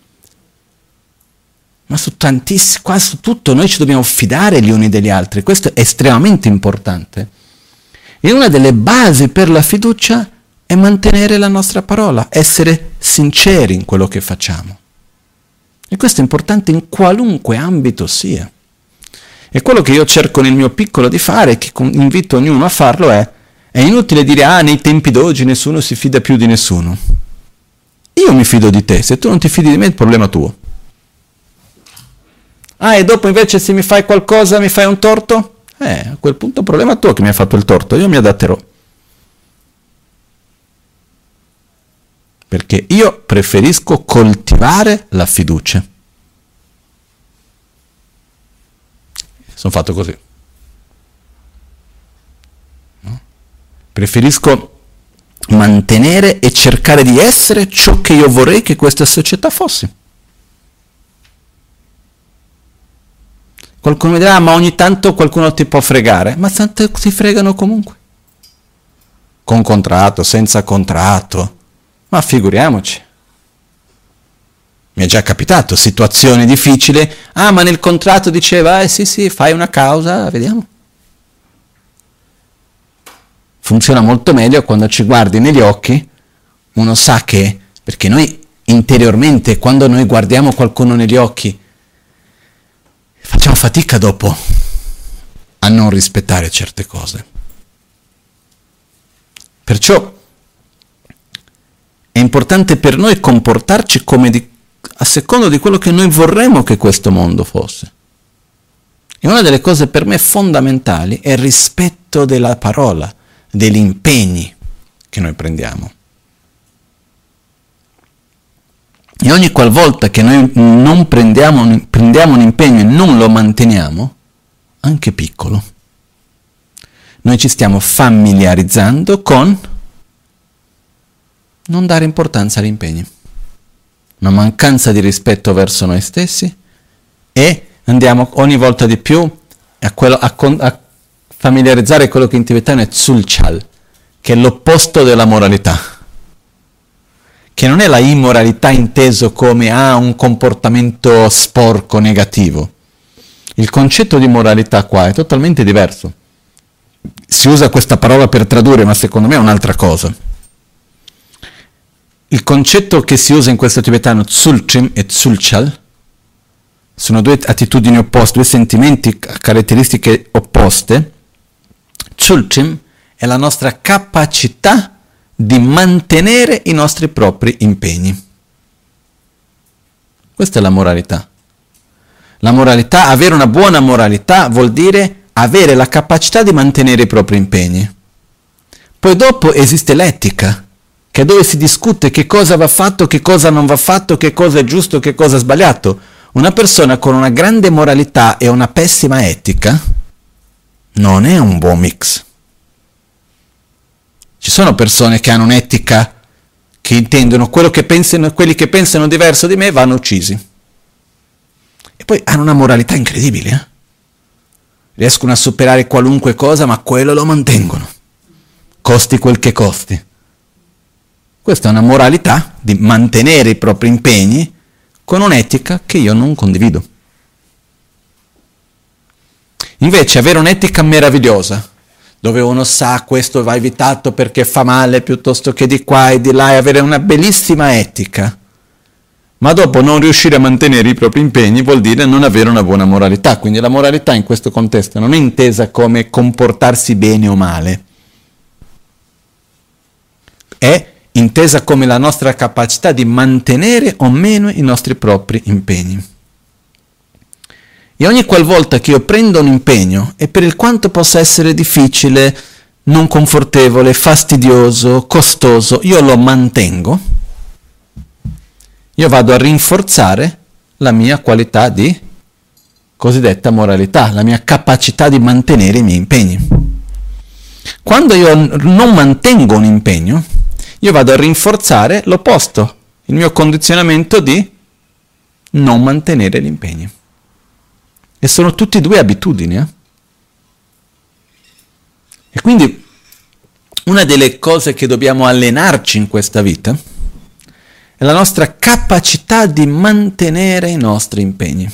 Ma su tantissimo, qua su tutto noi ci dobbiamo fidare gli uni degli altri. Questo è estremamente importante. E una delle basi per la fiducia è mantenere la nostra parola, essere sinceri in quello che facciamo. E questo è importante in qualunque ambito sia. E quello che io cerco nel mio piccolo di fare, che invito ognuno a farlo, è inutile dire, nei tempi d'oggi nessuno si fida più di nessuno. Io mi fido di te, se tu non ti fidi di me è il problema tuo. E dopo invece se mi fai qualcosa, mi fai un torto? A quel punto è il problema tuo che mi hai fatto il torto, io mi adatterò. Perché io preferisco coltivare la fiducia. Sono fatto così. No? Preferisco mantenere e cercare di essere ciò che io vorrei che questa società fosse. Qualcuno mi dirà, ma ogni tanto qualcuno ti può fregare. Ma tanto si fregano comunque. Con contratto, senza contratto. Ma figuriamoci. Mi è già capitato, situazione difficile. Ma nel contratto diceva, sì, fai una causa, vediamo. funziona molto meglio quando ci guardi negli occhi, uno sa che, perché noi interiormente, quando noi guardiamo qualcuno negli occhi, facciamo fatica dopo a non rispettare certe cose. Perciò è importante per noi comportarci come a secondo di quello che noi vorremmo che questo mondo fosse. E una delle cose per me fondamentali è il rispetto della parola, degli impegni che noi prendiamo. E ogni qualvolta che noi non prendiamo un impegno e non lo manteniamo, anche piccolo, noi ci stiamo familiarizzando con non dare importanza agli impegni, una mancanza di rispetto verso noi stessi, e andiamo ogni volta di più a familiarizzare quello che in tibetano è tsulchal, che è l'opposto della moralità, che non è la immoralità inteso come un comportamento sporco, negativo. Il concetto di moralità qua è totalmente diverso. Si usa questa parola per tradurre, ma secondo me è un'altra cosa. Il concetto che si usa in questo tibetano tsulchim e tsulchal sono due attitudini opposte, due sentimenti, caratteristiche opposte. Tsulchim è la nostra capacità di mantenere i nostri propri impegni. Questa è la moralità. La moralità, avere una buona moralità vuol dire avere la capacità di mantenere i propri impegni. Poi dopo esiste l'etica, che è dove si discute che cosa va fatto, che cosa non va fatto, che cosa è giusto, che cosa è sbagliato. Una persona con una grande moralità e una pessima etica non è un buon mix. Ci sono persone che hanno un'etica, che intendono quello che pensano, quelli che pensano diverso di me vanno uccisi. E poi hanno una moralità incredibile, riescono a superare qualunque cosa, ma quello lo mantengono, costi quel che costi. Questa è una moralità di mantenere i propri impegni con un'etica che io non condivido. Invece avere un'etica meravigliosa, dove uno sa questo va evitato perché fa male piuttosto che di qua e di là, e avere una bellissima etica, ma dopo non riuscire a mantenere i propri impegni vuol dire non avere una buona moralità. Quindi la moralità in questo contesto non è intesa come comportarsi bene o male, è intesa come la nostra capacità di mantenere o meno i nostri propri impegni. E ogni qualvolta che io prendo un impegno, e per il quanto possa essere difficile, non confortevole, fastidioso, costoso, io lo mantengo, io vado a rinforzare la mia qualità di cosiddetta moralità, la mia capacità di mantenere i miei impegni. Quando io non mantengo un impegno, io vado a rinforzare l'opposto, il mio condizionamento di non mantenere gli impegni. E sono tutti e due abitudini. E quindi una delle cose che dobbiamo allenarci in questa vita è la nostra capacità di mantenere i nostri impegni.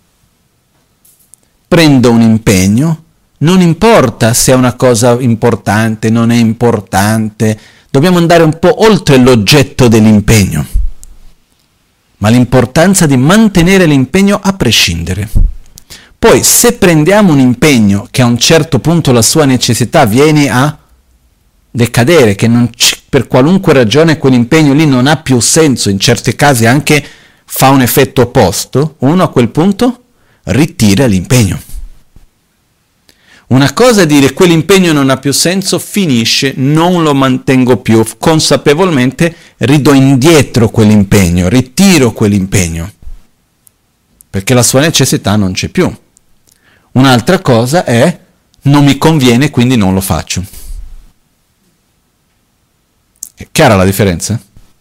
Prendo un impegno, non importa se è una cosa importante, non è importante, dobbiamo andare un po' oltre l'oggetto dell'impegno, ma l'importanza di mantenere l'impegno a prescindere. Poi se prendiamo un impegno che a un certo punto la sua necessità viene a decadere, che per qualunque ragione quell'impegno lì non ha più senso, in certi casi anche fa un effetto opposto, uno a quel punto ritira l'impegno. Una cosa è dire quell'impegno non ha più senso, finisce, non lo mantengo più, consapevolmente ridò indietro quell'impegno, ritiro quell'impegno, perché la sua necessità non c'è più. Un'altra cosa è non mi conviene, quindi non lo faccio. È chiara la differenza?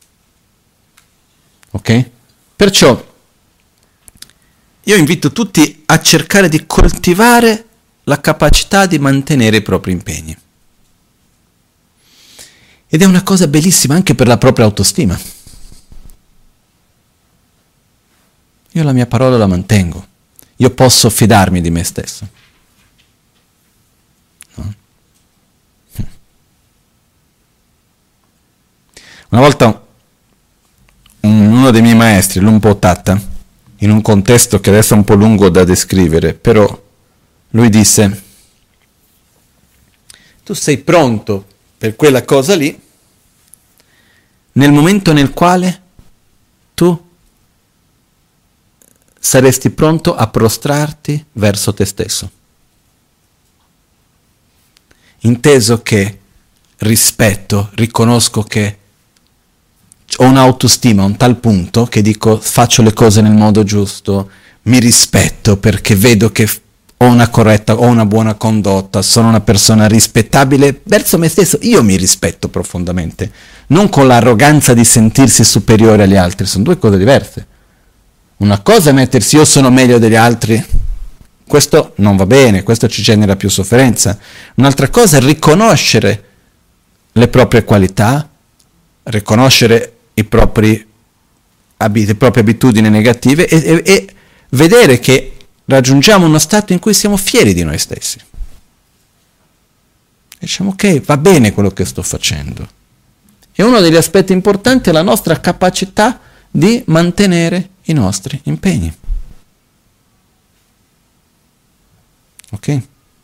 Ok? Perciò io invito tutti a cercare di coltivare la capacità di mantenere i propri impegni. Ed è una cosa bellissima anche per la propria autostima. Io la mia parola la mantengo. Io posso fidarmi di me stesso. No? Una volta uno dei miei maestri, Lumpho Tata, in un contesto che adesso è un po' lungo da descrivere, però lui disse: tu sei pronto per quella cosa lì nel momento nel quale tu saresti pronto a prostrarti verso te stesso. Inteso che rispetto, riconosco che ho un'autostima a un tal punto che dico faccio le cose nel modo giusto, mi rispetto perché vedo che ho una buona condotta, sono una persona rispettabile verso me stesso, io mi rispetto profondamente, non con l'arroganza di sentirsi superiore agli altri, sono due cose diverse. Una cosa è mettersi io sono meglio degli altri, questo non va bene, questo ci genera più sofferenza. Un'altra cosa è riconoscere le proprie qualità, riconoscere le proprie abitudini negative e vedere che raggiungiamo uno stato in cui siamo fieri di noi stessi. Diciamo ok, va bene quello che sto facendo. E uno degli aspetti importanti è la nostra capacità di mantenere i nostri impegni. Ok?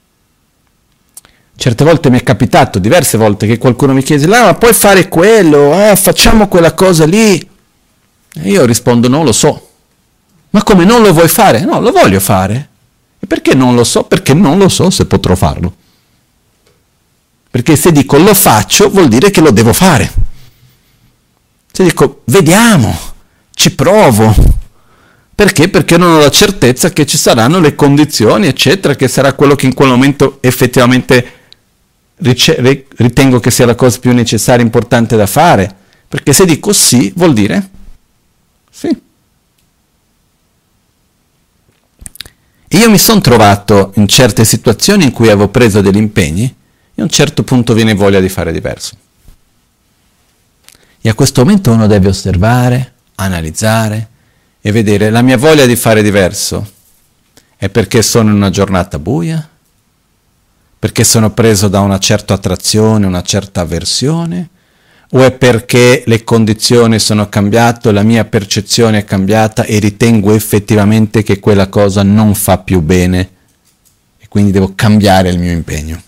Certe volte mi è capitato, diverse volte, che qualcuno mi chiese: ma puoi fare quello? Facciamo quella cosa lì. E io rispondo: non lo so. Ma come non lo vuoi fare? No, lo voglio fare. E perché non lo so? Perché non lo so se potrò farlo. Perché se dico lo faccio vuol dire che lo devo fare. Se dico vediamo, ci provo. Perché? Perché non ho la certezza che ci saranno le condizioni, eccetera, che sarà quello che in quel momento effettivamente ritengo che sia la cosa più necessaria e importante da fare. Perché se dico sì, vuol dire sì. E io mi sono trovato in certe situazioni in cui avevo preso degli impegni e a un certo punto viene voglia di fare diverso. E a questo momento uno deve osservare, analizzare e vedere: la mia voglia di fare diverso è perché sono in una giornata buia? Perché sono preso da una certa attrazione, una certa avversione? O è perché le condizioni sono cambiate, la mia percezione è cambiata e ritengo effettivamente che quella cosa non fa più bene e quindi devo cambiare il mio impegno?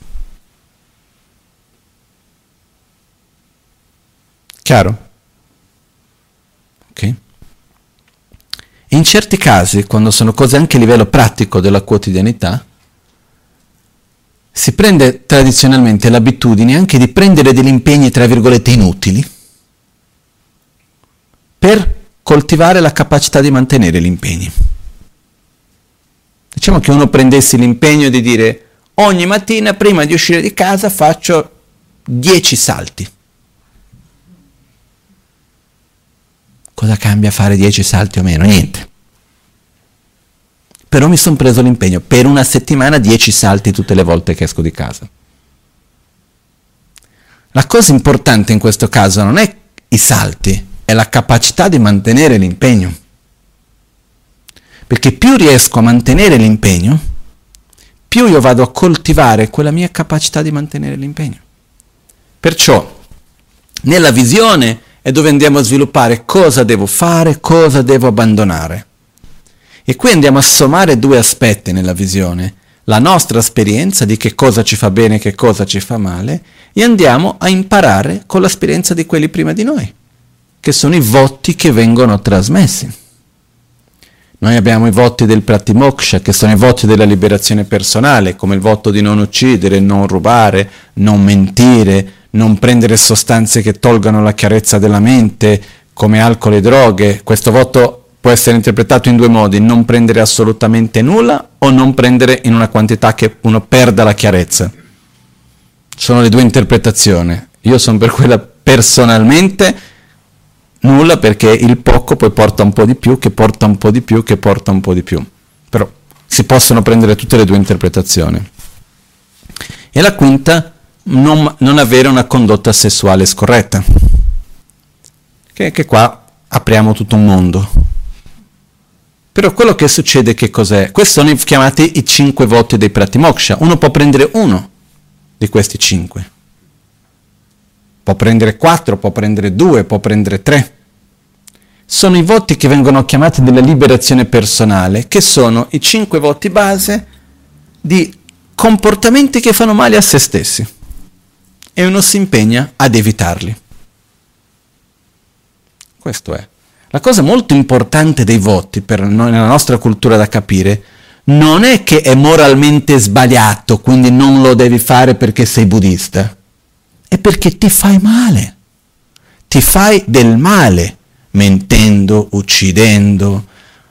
Chiaro? Ok? In certi casi, quando sono cose anche a livello pratico della quotidianità, si prende tradizionalmente l'abitudine anche di prendere degli impegni, tra virgolette, inutili, per coltivare la capacità di mantenere gli impegni. Diciamo che uno prendesse l'impegno di dire: ogni mattina prima di uscire di casa faccio 10 salti. Cosa cambia fare 10 salti o meno? Niente. Però mi sono preso l'impegno, per una settimana 10 salti tutte le volte che esco di casa. La cosa importante in questo caso non è i salti, è la capacità di mantenere l'impegno. Perché più riesco a mantenere l'impegno, più io vado a coltivare quella mia capacità di mantenere l'impegno. Perciò, nella visione è dove andiamo a sviluppare cosa devo fare, cosa devo abbandonare. E qui andiamo a sommare due aspetti nella visione: la nostra esperienza di che cosa ci fa bene e che cosa ci fa male, e andiamo a imparare con l'esperienza di quelli prima di noi, che sono i voti che vengono trasmessi. Noi abbiamo i voti del pratimoksha, che sono i voti della liberazione personale, come il voto di non uccidere, non rubare, non mentire, non prendere sostanze che tolgano la chiarezza della mente, come alcol e droghe. Questo voto può essere interpretato in due modi: non prendere assolutamente nulla o non prendere in una quantità che uno perda la chiarezza. Sono le due interpretazioni. Io sono per quella personalmente nulla, perché il poco poi porta un po' di più, che porta un po' di più, che porta un po' di più. Però si possono prendere tutte le due interpretazioni. E la quinta, non avere una condotta sessuale scorretta. Che qua apriamo tutto un mondo. Però quello che succede che cos'è? Questi sono chiamati i 5 voti dei pratimoksha. Uno può prendere uno di questi 5. può prendere 4, può prendere 2, può prendere 3. Sono i voti che vengono chiamati della liberazione personale, che sono i 5 voti base di comportamenti che fanno male a se stessi e uno si impegna ad evitarli. Questo è. La cosa molto importante dei voti per noi nella nostra cultura da capire non è che è moralmente sbagliato, quindi non lo devi fare perché sei buddista, è perché ti fai male, ti fai del male, mentendo, uccidendo,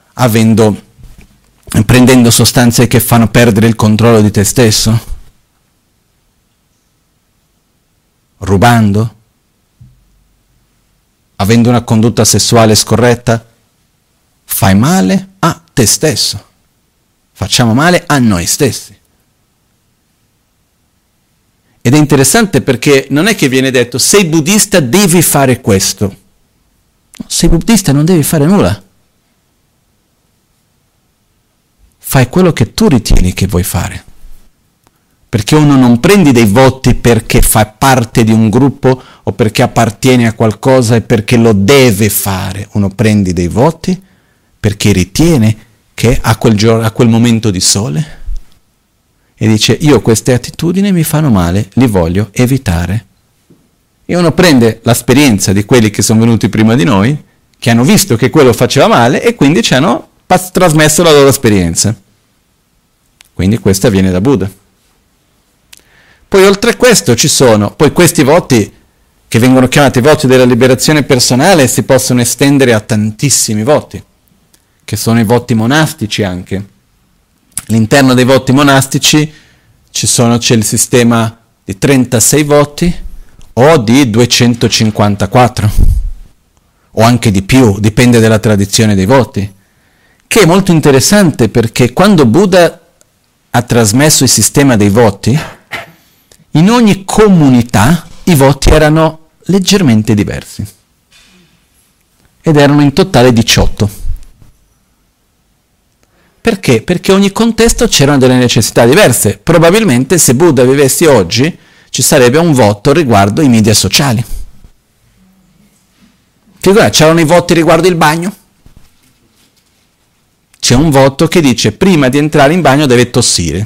prendendo sostanze che fanno perdere il controllo di te stesso, rubando, avendo una condotta sessuale scorretta. Fai male a te stesso, facciamo male a noi stessi. Ed è interessante perché non è che viene detto sei buddista devi fare questo. Sei buddista non devi fare nulla. Fai quello che tu ritieni che vuoi fare. Perché uno non prendi dei voti perché fa parte di un gruppo o perché appartiene a qualcosa e perché lo deve fare. Uno prende dei voti perché ritiene che a quel momento di sole e dice io queste attitudini mi fanno male, li voglio evitare. E uno prende l'esperienza di quelli che sono venuti prima di noi, che hanno visto che quello faceva male e quindi ci hanno trasmesso la loro esperienza. Quindi questa viene da Buddha. Poi oltre a questo ci sono poi questi voti che vengono chiamati voti della liberazione personale, si possono estendere a tantissimi voti, che sono i voti monastici anche. All'interno dei voti monastici c'è il sistema di 36 voti o di 254 o anche di più, dipende dalla tradizione dei voti, che è molto interessante perché quando Buddha ha trasmesso il sistema dei voti, in ogni comunità i voti erano leggermente diversi ed erano in totale 18. Perché? Perché ogni contesto c'erano delle necessità diverse. Probabilmente se Buddha vivesse oggi ci sarebbe un voto riguardo i media sociali. C'erano i voti riguardo il bagno. C'è un voto che dice prima di entrare in bagno deve tossire.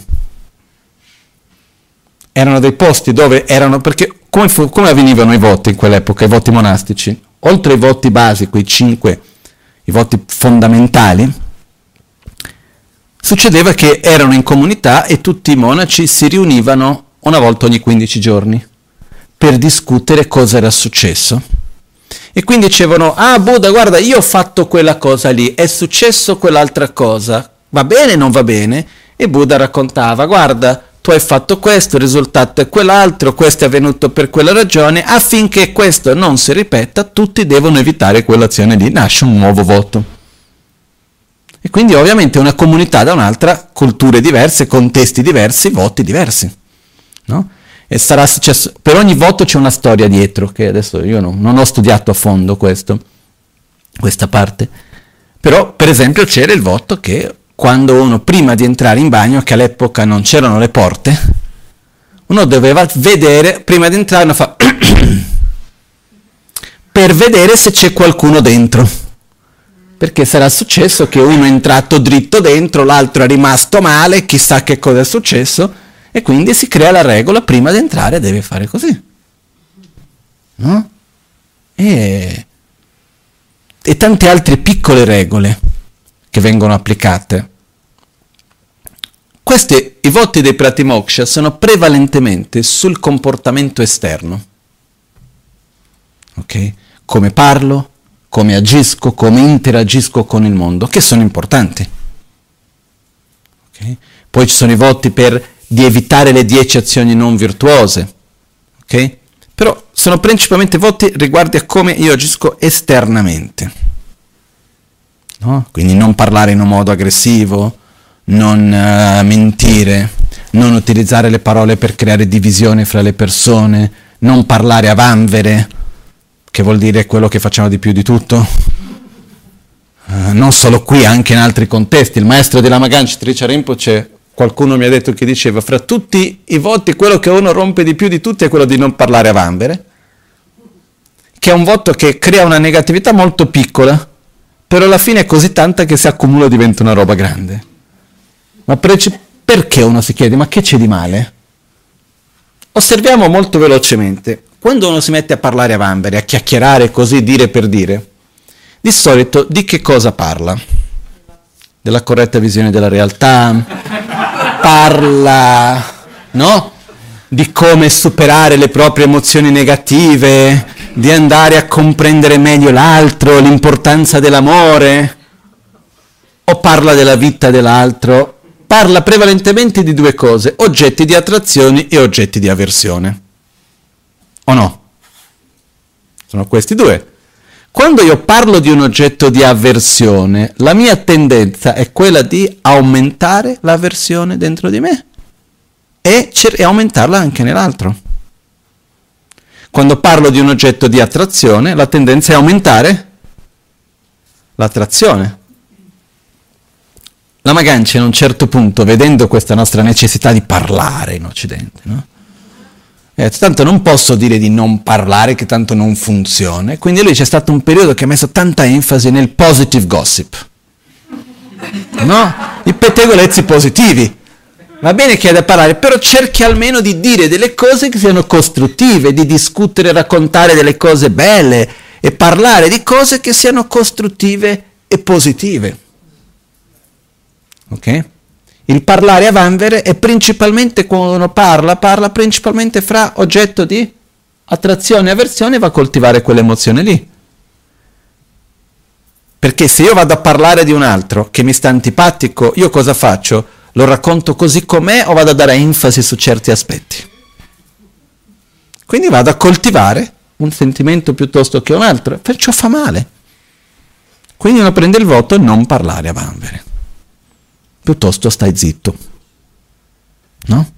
Erano dei posti dove erano, perché come avvenivano i voti in quell'epoca, i voti monastici? Oltre ai voti basi, quei 5, i voti fondamentali, succedeva che erano in comunità e tutti i monaci si riunivano una volta ogni 15 giorni per discutere cosa era successo. E quindi dicevano, Buddha, guarda, io ho fatto quella cosa lì, è successo quell'altra cosa, va bene o non va bene? E Buddha raccontava, guarda, tu hai fatto questo, il risultato è quell'altro, questo è avvenuto per quella ragione, affinché questo non si ripeta, tutti devono evitare quell'azione lì, nasce un nuovo voto. E quindi ovviamente una comunità da un'altra, culture diverse, contesti diversi, voti diversi, no? E sarà successo, per ogni voto c'è una storia dietro, che adesso io non ho studiato a fondo questa parte, però per esempio c'era il voto che quando uno prima di entrare in bagno, che all'epoca non c'erano le porte, uno doveva vedere, prima di entrare uno fa per vedere se c'è qualcuno dentro, perché sarà successo che uno è entrato dritto dentro, l'altro è rimasto male, chissà che cosa è successo, e quindi si crea la regola, prima di entrare deve fare così, no? E tante altre piccole regole che vengono applicate. I voti dei Pratimoksha sono prevalentemente sul comportamento esterno. Ok? Come parlo, come agisco, come interagisco con il mondo, che sono importanti. Okay? Poi ci sono i voti di evitare le 10 azioni non virtuose. Ok? Però sono principalmente voti riguardo a come io agisco esternamente. No? Quindi non parlare in un modo aggressivo, non mentire, non utilizzare le parole per creare divisione fra le persone, non parlare a vanvere, che vuol dire quello che facciamo di più di tutto. Non solo qui, anche in altri contesti. Il maestro di Lama Ganchen Tricha Rinpoche, qualcuno mi ha detto che diceva, fra tutti i voti quello che uno rompe di più di tutti è quello di non parlare a vanvere. che è un voto che crea una negatività molto piccola, però alla fine è così tanta che si accumula e diventa una roba grande. Ma perché uno si chiede, ma che c'è di male? Osserviamo molto velocemente. Quando uno si mette a parlare a vanvera, a chiacchierare così, dire per dire, di solito di che cosa parla? Della corretta visione della realtà, parla, no? Di come superare le proprie emozioni negative, di andare a comprendere meglio l'altro, l'importanza dell'amore, o parla della vita dell'altro? Parla prevalentemente di due cose, oggetti di attrazione e oggetti di avversione. O no? Sono questi due. Quando io parlo di un oggetto di avversione, la mia tendenza è quella di aumentare l'avversione dentro di me e aumentarla anche nell'altro. Quando parlo di un oggetto di attrazione, la tendenza è aumentare l'attrazione. La Magancia, in un certo punto, vedendo questa nostra necessità di parlare in Occidente, no? Tanto non posso dire di non parlare, che tanto non funziona. Quindi lui c'è stato un periodo che ha messo tanta enfasi nel positive gossip, no? I pettegolezzi positivi. Va bene che hai da parlare, però cerchi almeno di dire delle cose che siano costruttive, di discutere, raccontare delle cose belle e parlare di cose che siano costruttive e positive. Ok? Il parlare a vanvere è principalmente, quando uno parla principalmente fra oggetto di attrazione e avversione, e va a coltivare quell'emozione lì. Perché se io vado a parlare di un altro che mi sta antipatico, io cosa faccio? Lo racconto così com'è o vado a dare enfasi su certi aspetti? Quindi vado a coltivare un sentimento piuttosto che un altro, perciò fa male. Quindi uno prende il voto non parlare a vanvere. Piuttosto stai zitto, no?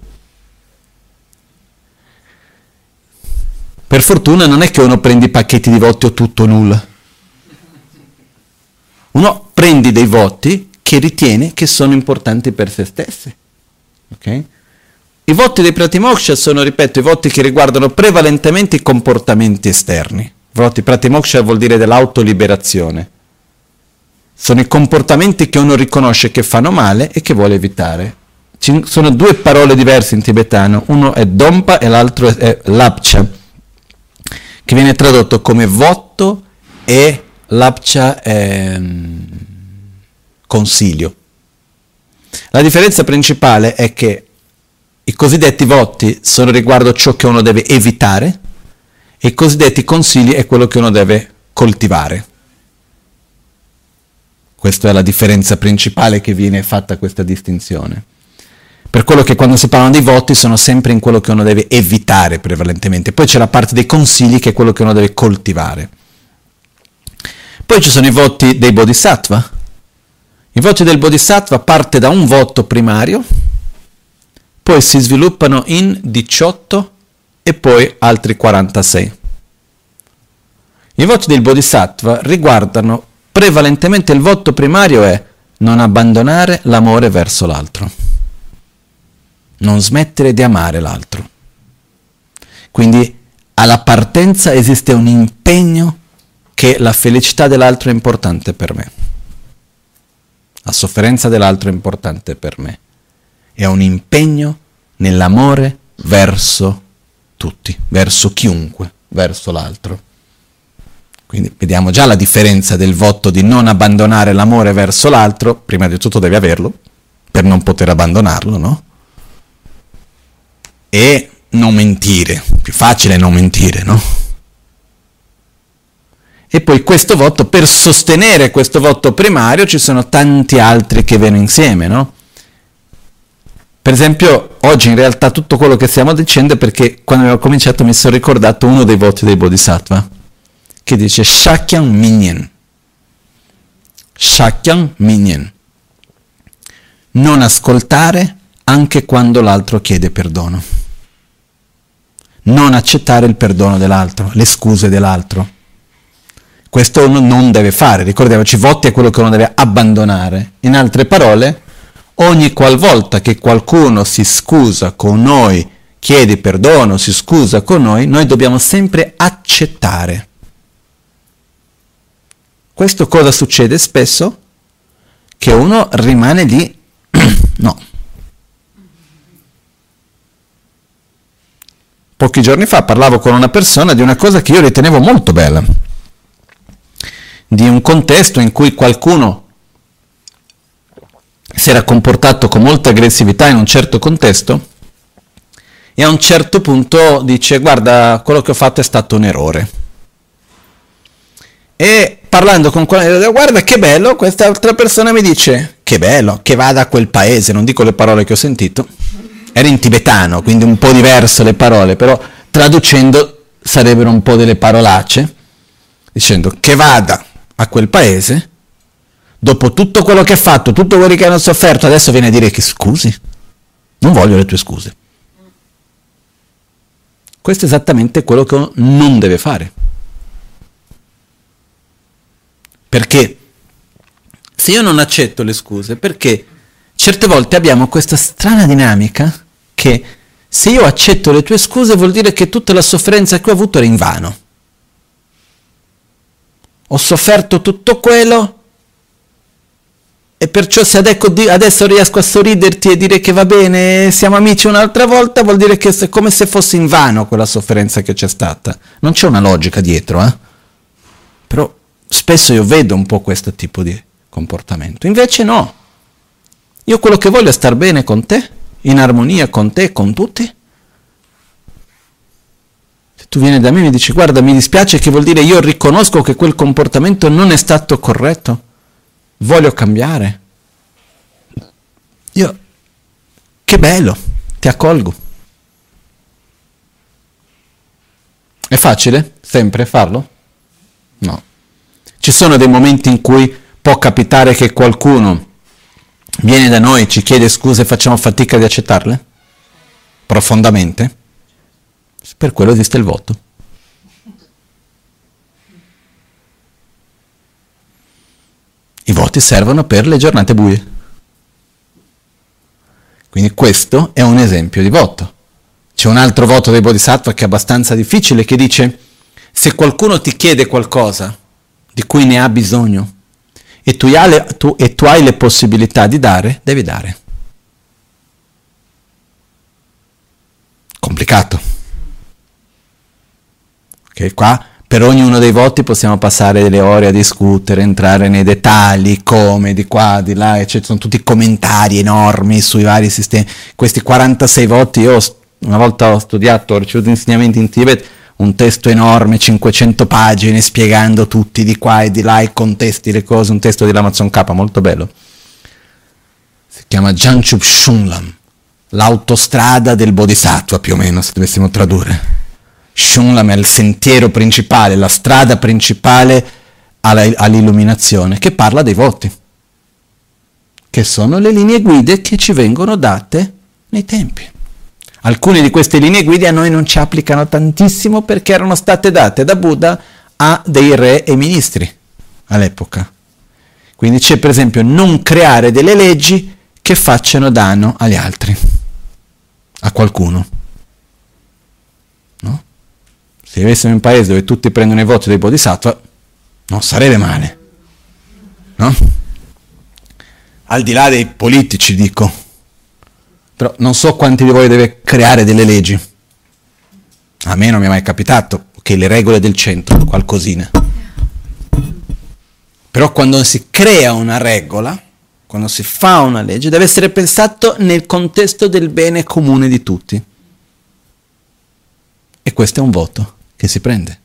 Per fortuna non è che uno prende i pacchetti di voti o tutto o nulla. Uno prende dei voti che ritiene che sono importanti per se stessi. Ok? I voti dei Pratimoksha sono, ripeto, i voti che riguardano prevalentemente i comportamenti esterni. Voti Pratimoksha vuol dire dell'autoliberazione. Sono i comportamenti che uno riconosce che fanno male e che vuole evitare. Ci sono due parole diverse in tibetano, uno è dompa e l'altro è lapcha, che viene tradotto come voto e lapcha è consiglio. La differenza principale è che i cosiddetti voti sono riguardo ciò che uno deve evitare e i cosiddetti consigli è quello che uno deve coltivare. Questa è la differenza principale che viene fatta questa distinzione. Per quello che quando si parlano dei voti sono sempre in quello che uno deve evitare prevalentemente. Poi c'è la parte dei consigli che è quello che uno deve coltivare. Poi ci sono i voti dei bodhisattva. I voti del bodhisattva parte da un voto primario, poi si sviluppano in 18 e poi altri 46. I voti del bodhisattva riguardano prevalentemente, il voto primario è non abbandonare l'amore verso l'altro, non smettere di amare l'altro. Quindi alla partenza esiste un impegno che la felicità dell'altro è importante per me, la sofferenza dell'altro è importante per me, è un impegno nell'amore verso tutti, verso chiunque, verso l'altro. Quindi vediamo già la differenza del voto di non abbandonare l'amore verso l'altro. Prima di tutto devi averlo per non poter abbandonarlo, no? E non mentire, più facile non mentire, no? E poi questo voto, per sostenere questo voto primario ci sono tanti altri che vengono insieme, no? Per esempio, oggi in realtà tutto quello che stiamo dicendo è perché quando avevo cominciato mi sono ricordato uno dei voti dei Bodhisattva, che dice Shakyam Minyan. Shakyam Minyan. Non ascoltare anche quando l'altro chiede perdono. Non accettare il perdono dell'altro, le scuse dell'altro. Questo uno non deve fare, ricordiamoci, voti è quello che uno deve abbandonare. In altre parole, ogni qualvolta che qualcuno si scusa con noi, chiede perdono, si scusa con noi dobbiamo sempre accettare. Questo cosa succede spesso? Che uno rimane lì, no. Pochi giorni fa parlavo con una persona di una cosa che io ritenevo molto bella, di un contesto in cui qualcuno si era comportato con molta aggressività in un certo contesto e a un certo punto dice: guarda, quello che ho fatto è stato un errore. E parlando con qualcuno, guarda che bello, questa altra persona mi dice: che bello, che vada a quel paese, non dico le parole che ho sentito, era in tibetano, quindi un po' diverso le parole, però traducendo sarebbero un po' delle parolacce, dicendo che vada a quel paese, dopo tutto quello che ha fatto, tutto quello che hanno sofferto, adesso viene a dire che scusi, non voglio le tue scuse. Questo è esattamente quello che uno non deve fare. Perché se io non accetto le scuse, perché certe volte abbiamo questa strana dinamica che se io accetto le tue scuse vuol dire che tutta la sofferenza che ho avuto era invano. Ho sofferto tutto quello e perciò se adesso riesco a sorriderti e dire che va bene, siamo amici un'altra volta, vuol dire che è come se fosse invano quella sofferenza che c'è stata. Non c'è una logica dietro, Però spesso io vedo un po' questo tipo di comportamento. Invece no. Io quello che voglio è star bene con te, in armonia con te e con tutti. Se tu vieni da me e mi dici: guarda, mi dispiace, che vuol dire io riconosco che quel comportamento non è stato corretto, voglio cambiare. Io, che bello, ti accolgo. È facile sempre farlo? No. Ci sono dei momenti in cui può capitare che qualcuno viene da noi, ci chiede scuse e facciamo fatica di accettarle? Profondamente? Per quello esiste il voto. I voti servono per le giornate buie. Quindi questo è un esempio di voto. C'è un altro voto dei Bodhisattva che è abbastanza difficile, che dice: se qualcuno ti chiede qualcosa di cui ne ha bisogno e tu hai le possibilità di dare, devi dare. Complicato. Ok, qua per ognuno dei voti possiamo passare delle ore a discutere, entrare nei dettagli, come, di qua, di là, eccetera. Sono tutti commentari enormi sui vari sistemi. Questi 46 voti, io una volta ho studiato, ho ricevuto insegnamenti in Tibet, un testo enorme, 500 pagine, spiegando tutti di qua e di là, i contesti, le cose, un testo di Lama Tsongkhapa, molto bello. Si chiama Janchup Shunlam, l'autostrada del Bodhisattva, più o meno, se dovessimo tradurre. Shunlam è il sentiero principale, la strada principale all'illuminazione, che parla dei voti, che sono le linee guida che ci vengono date nei tempi. Alcune di queste linee guida a noi non ci applicano tantissimo perché erano state date da Buddha a dei re e ministri all'epoca. Quindi c'è per esempio non creare delle leggi che facciano danno agli altri, a qualcuno. No? Se vivessimo in un paese dove tutti prendono i voti dei Bodhisattva, non sarebbe male. No? Al di là dei politici, dico. Però non so quanti di voi deve creare delle leggi. A me non mi è mai capitato, che le regole del centro, qualcosina. Però quando si crea una regola, quando si fa una legge, deve essere pensato nel contesto del bene comune di tutti. E questo è un voto che si prende.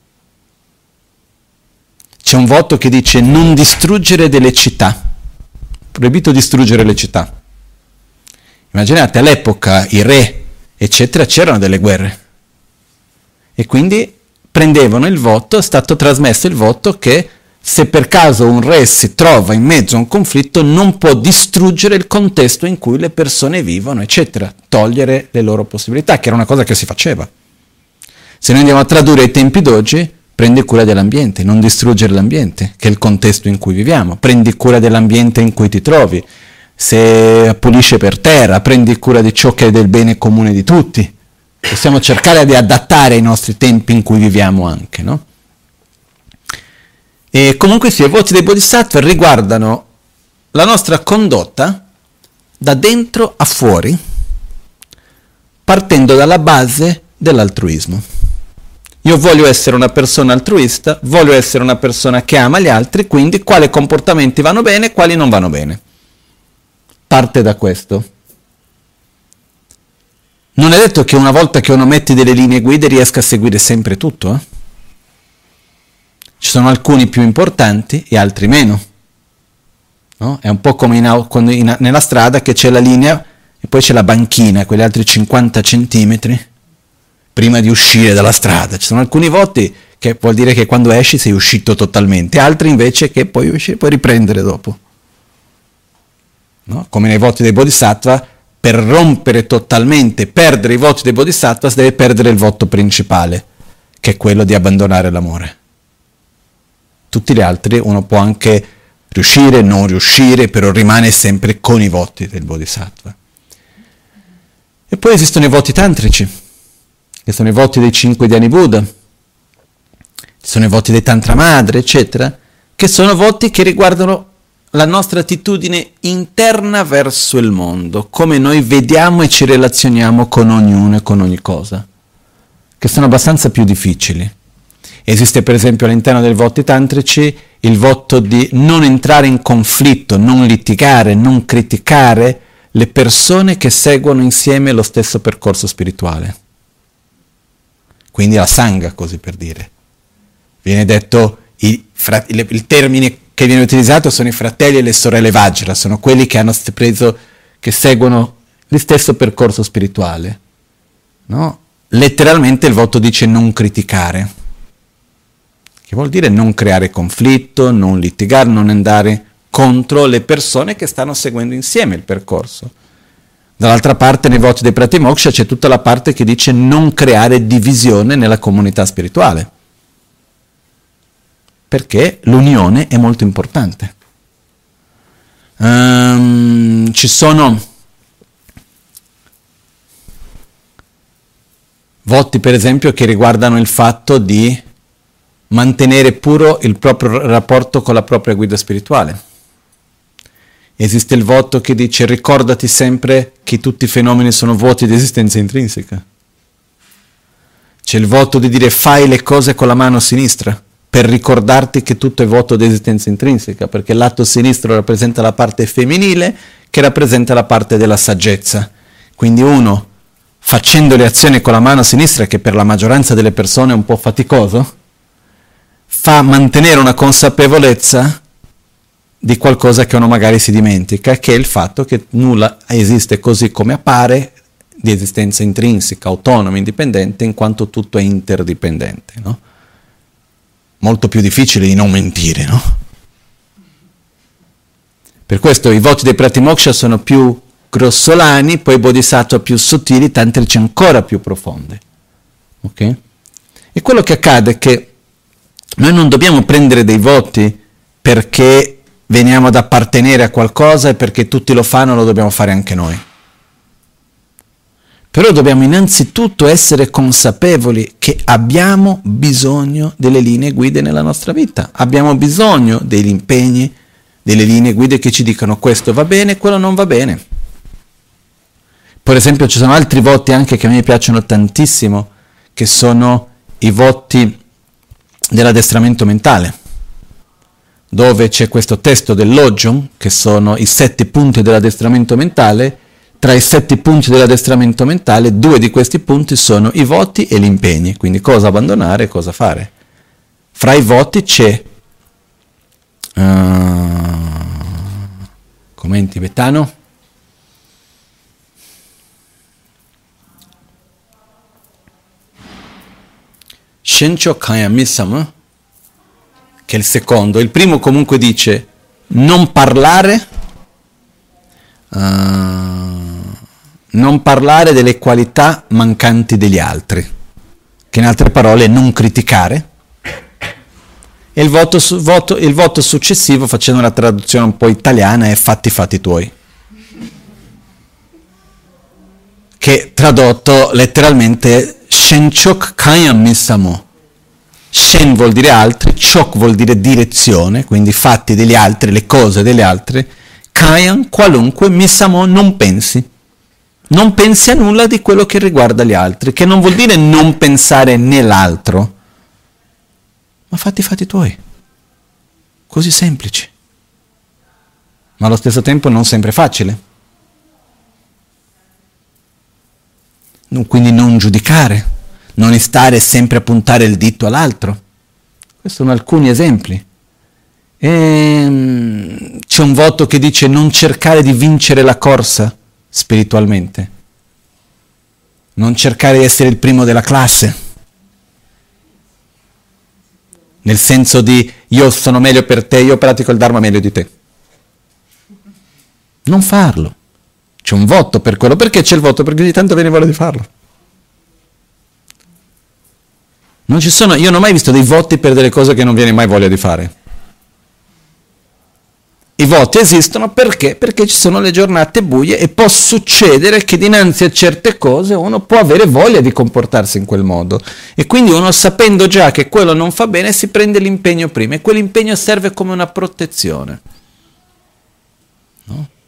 C'è un voto che dice non distruggere delle città. Proibito distruggere le città. Immaginate, all'epoca i re, eccetera, c'erano delle guerre. E quindi prendevano il voto, è stato trasmesso il voto che se per caso un re si trova in mezzo a un conflitto non può distruggere il contesto in cui le persone vivono, eccetera, togliere le loro possibilità, che era una cosa che si faceva. Se noi andiamo a tradurre ai tempi d'oggi, prendi cura dell'ambiente, non distruggere l'ambiente, che è il contesto in cui viviamo, prendi cura dell'ambiente in cui ti trovi. Se pulisce per terra, prendi cura di ciò che è del bene comune di tutti. Possiamo cercare di adattare ai nostri tempi in cui viviamo anche, no? E comunque sì, i voti dei Bodhisattva riguardano la nostra condotta da dentro a fuori, partendo dalla base dell'altruismo. Io voglio essere una persona altruista, voglio essere una persona che ama gli altri, quindi quali comportamenti vanno bene e quali non vanno bene. Parte da questo. Non è detto che una volta che uno mette delle linee guida riesca a seguire sempre tutto. Ci sono alcuni più importanti e altri meno. No? È un po' come nella strada che c'è la linea e poi c'è la banchina, quegli altri 50 centimetri prima di uscire dalla strada. Ci sono alcuni voti che vuol dire che quando esci sei uscito totalmente, altri invece che puoi uscire, puoi riprendere dopo. No? Come nei voti dei Bodhisattva, per rompere totalmente, perdere i voti dei Bodhisattva, si deve perdere il voto principale, che è quello di abbandonare l'amore. Tutti gli altri uno può anche riuscire, non riuscire, però rimane sempre con i voti del Bodhisattva. E poi esistono i voti tantrici, che sono i voti dei 5 Dhyani Buddha, ci sono i voti dei Tantra Madre, eccetera, che sono voti che riguardano la nostra attitudine interna verso il mondo, come noi vediamo e ci relazioniamo con ognuno e con ogni cosa, che sono abbastanza più difficili. Esiste per esempio all'interno dei voti tantrici il voto di non entrare in conflitto, non litigare, non criticare le persone che seguono insieme lo stesso percorso spirituale. Quindi la sangha, così per dire. Viene detto, il termine che viene utilizzato sono i fratelli e le sorelle Vajra, sono quelli che hanno preso, che seguono lo stesso percorso spirituale. No? Letteralmente il voto dice non criticare, che vuol dire non creare conflitto, non litigare, non andare contro le persone che stanno seguendo insieme il percorso. Dall'altra parte nei voti dei Pratimoksha c'è tutta la parte che dice non creare divisione nella comunità spirituale, perché l'unione è molto importante. Ci sono voti per esempio che riguardano il fatto di mantenere puro il proprio rapporto con la propria guida spirituale. Esiste il voto che dice ricordati sempre che tutti i fenomeni sono vuoti di esistenza intrinseca. C'è il voto di dire fai le cose con la mano sinistra per ricordarti che tutto è vuoto di esistenza intrinseca, perché il lato sinistro rappresenta la parte femminile che rappresenta la parte della saggezza. Quindi uno, facendo le azioni con la mano sinistra, che per la maggioranza delle persone è un po' faticoso, fa mantenere una consapevolezza di qualcosa che uno magari si dimentica, che è il fatto che nulla esiste così come appare, di esistenza intrinseca, autonoma, indipendente, in quanto tutto è interdipendente, no? Molto più difficile di non mentire, no? Per questo i voti dei Pratimoksha sono più grossolani, poi i Bodhisattva più sottili, tantrici ancora più profonde. Ok? E quello che accade è che noi non dobbiamo prendere dei voti perché veniamo ad appartenere a qualcosa e perché tutti lo fanno lo dobbiamo fare anche noi. Però dobbiamo innanzitutto essere consapevoli che abbiamo bisogno delle linee guida nella nostra vita, abbiamo bisogno degli impegni, delle linee guida che ci dicano questo va bene, quello non va bene. Per esempio ci sono altri voti anche che a me piacciono tantissimo, che sono i voti dell'addestramento mentale, dove c'è questo testo del Lojong, che sono i 7 punti dell'addestramento mentale. Tra i 7 punti dell'addestramento mentale, 2 di questi punti sono i voti e gli impegni, quindi cosa abbandonare e cosa fare. Fra i voti c'è, com'è in tibetano? Shencho Kaya Misam, che è il secondo. Il primo comunque dice non parlare delle qualità mancanti degli altri, che in altre parole non criticare. E il voto successivo, facendo una traduzione un po' italiana, è fatti tuoi, che tradotto letteralmente è Shenchok Kaya Misamo. Shen vuol dire altri, Chok vuol dire direzione, quindi fatti degli altri, le cose degli altri, Kayan, qualunque, Misamo, non pensi. Non pensi a nulla di quello che riguarda gli altri, che non vuol dire non pensare nell'altro, ma fatti i fatti tuoi. Così semplici. Ma allo stesso tempo non sempre facile. Quindi non giudicare, non stare sempre a puntare il dito all'altro. Questi sono alcuni esempi. C'è un voto che dice non cercare di vincere la corsa spiritualmente, non cercare di essere il primo della classe, nel senso di io sono meglio per te, io pratico il Dharma meglio di te. Non farlo. C'è un voto per quello. Perché c'è il voto? Perché ogni tanto viene voglia di farlo. Non ci sono, io non ho mai visto dei voti per delle cose che non viene mai voglia di fare. I voti esistono perché? Perché ci sono le giornate buie e può succedere che dinanzi a certe cose uno può avere voglia di comportarsi in quel modo. E quindi uno, sapendo già che quello non fa bene, si prende l'impegno prima e quell'impegno serve come una protezione. No?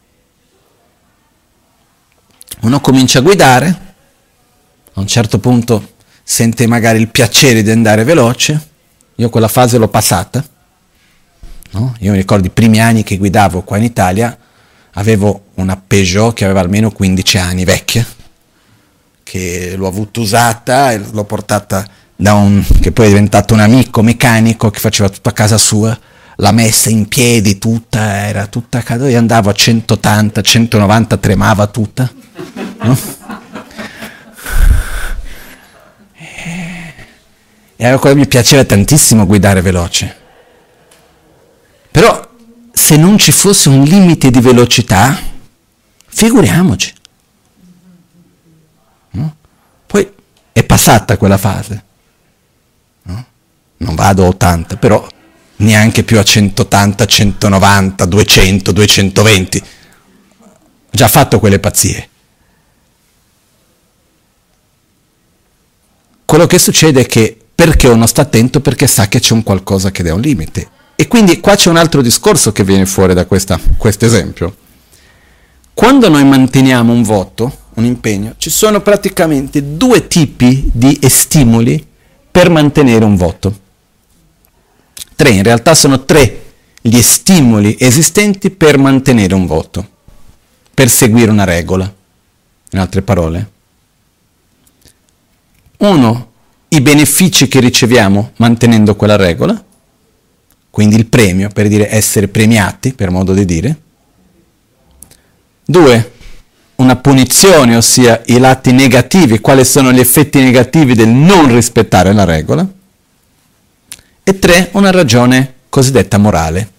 Uno comincia a guidare, a un certo punto sente magari il piacere di andare veloce, io quella fase l'ho passata, no? Io mi ricordo i primi anni che guidavo qua in Italia, avevo una Peugeot che aveva almeno 15 anni, vecchia, che l'ho avuta usata e l'ho portata da che poi è diventato un amico meccanico che faceva tutto a casa sua, l'ha messa in piedi tutta, era tutta caduta, io andavo a 180, 190, tremava tutta, no? E allora mi piaceva tantissimo guidare veloce. Però se non ci fosse un limite di velocità, figuriamoci. No? Poi è passata quella fase. No? Non vado a 80, però neanche più a 180, 190, 200, 220. Ho già fatto quelle pazzie. Quello che succede è che perché uno sta attento? Perché sa che c'è un qualcosa che dà un limite. E quindi qua c'è un altro discorso che viene fuori da questo esempio. Quando noi manteniamo un voto, un impegno, ci sono praticamente due tipi di stimoli per mantenere un voto. Tre, in realtà sono tre gli stimoli esistenti per mantenere un voto, per seguire una regola, in altre parole. Uno, i benefici che riceviamo mantenendo quella regola, quindi il premio, per dire essere premiati, per modo di dire. Due, una punizione, ossia i lati negativi, quali sono gli effetti negativi del non rispettare la regola. E tre, una ragione cosiddetta morale.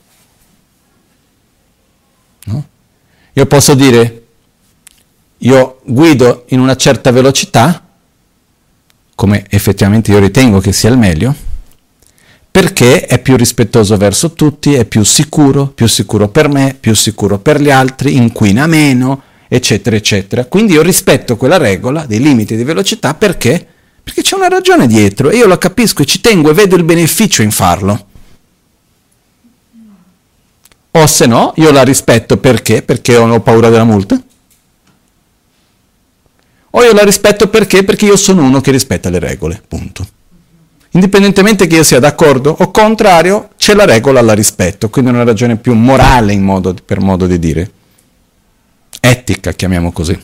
No? Io posso dire, io guido in una certa velocità, come effettivamente io ritengo che sia il meglio, perché è più rispettoso verso tutti, è più sicuro per me, più sicuro per gli altri, inquina meno, eccetera, eccetera. Quindi io rispetto quella regola dei limiti di velocità perché? Perché c'è una ragione dietro e io la capisco e ci tengo e vedo il beneficio in farlo. O se no, io la rispetto perché? Perché ho paura della multa. O io la rispetto perché? Perché io sono uno che rispetta le regole, punto. Indipendentemente che io sia d'accordo o contrario, c'è la regola, la rispetto, quindi è una ragione più morale per modo di dire. Etica, chiamiamo così.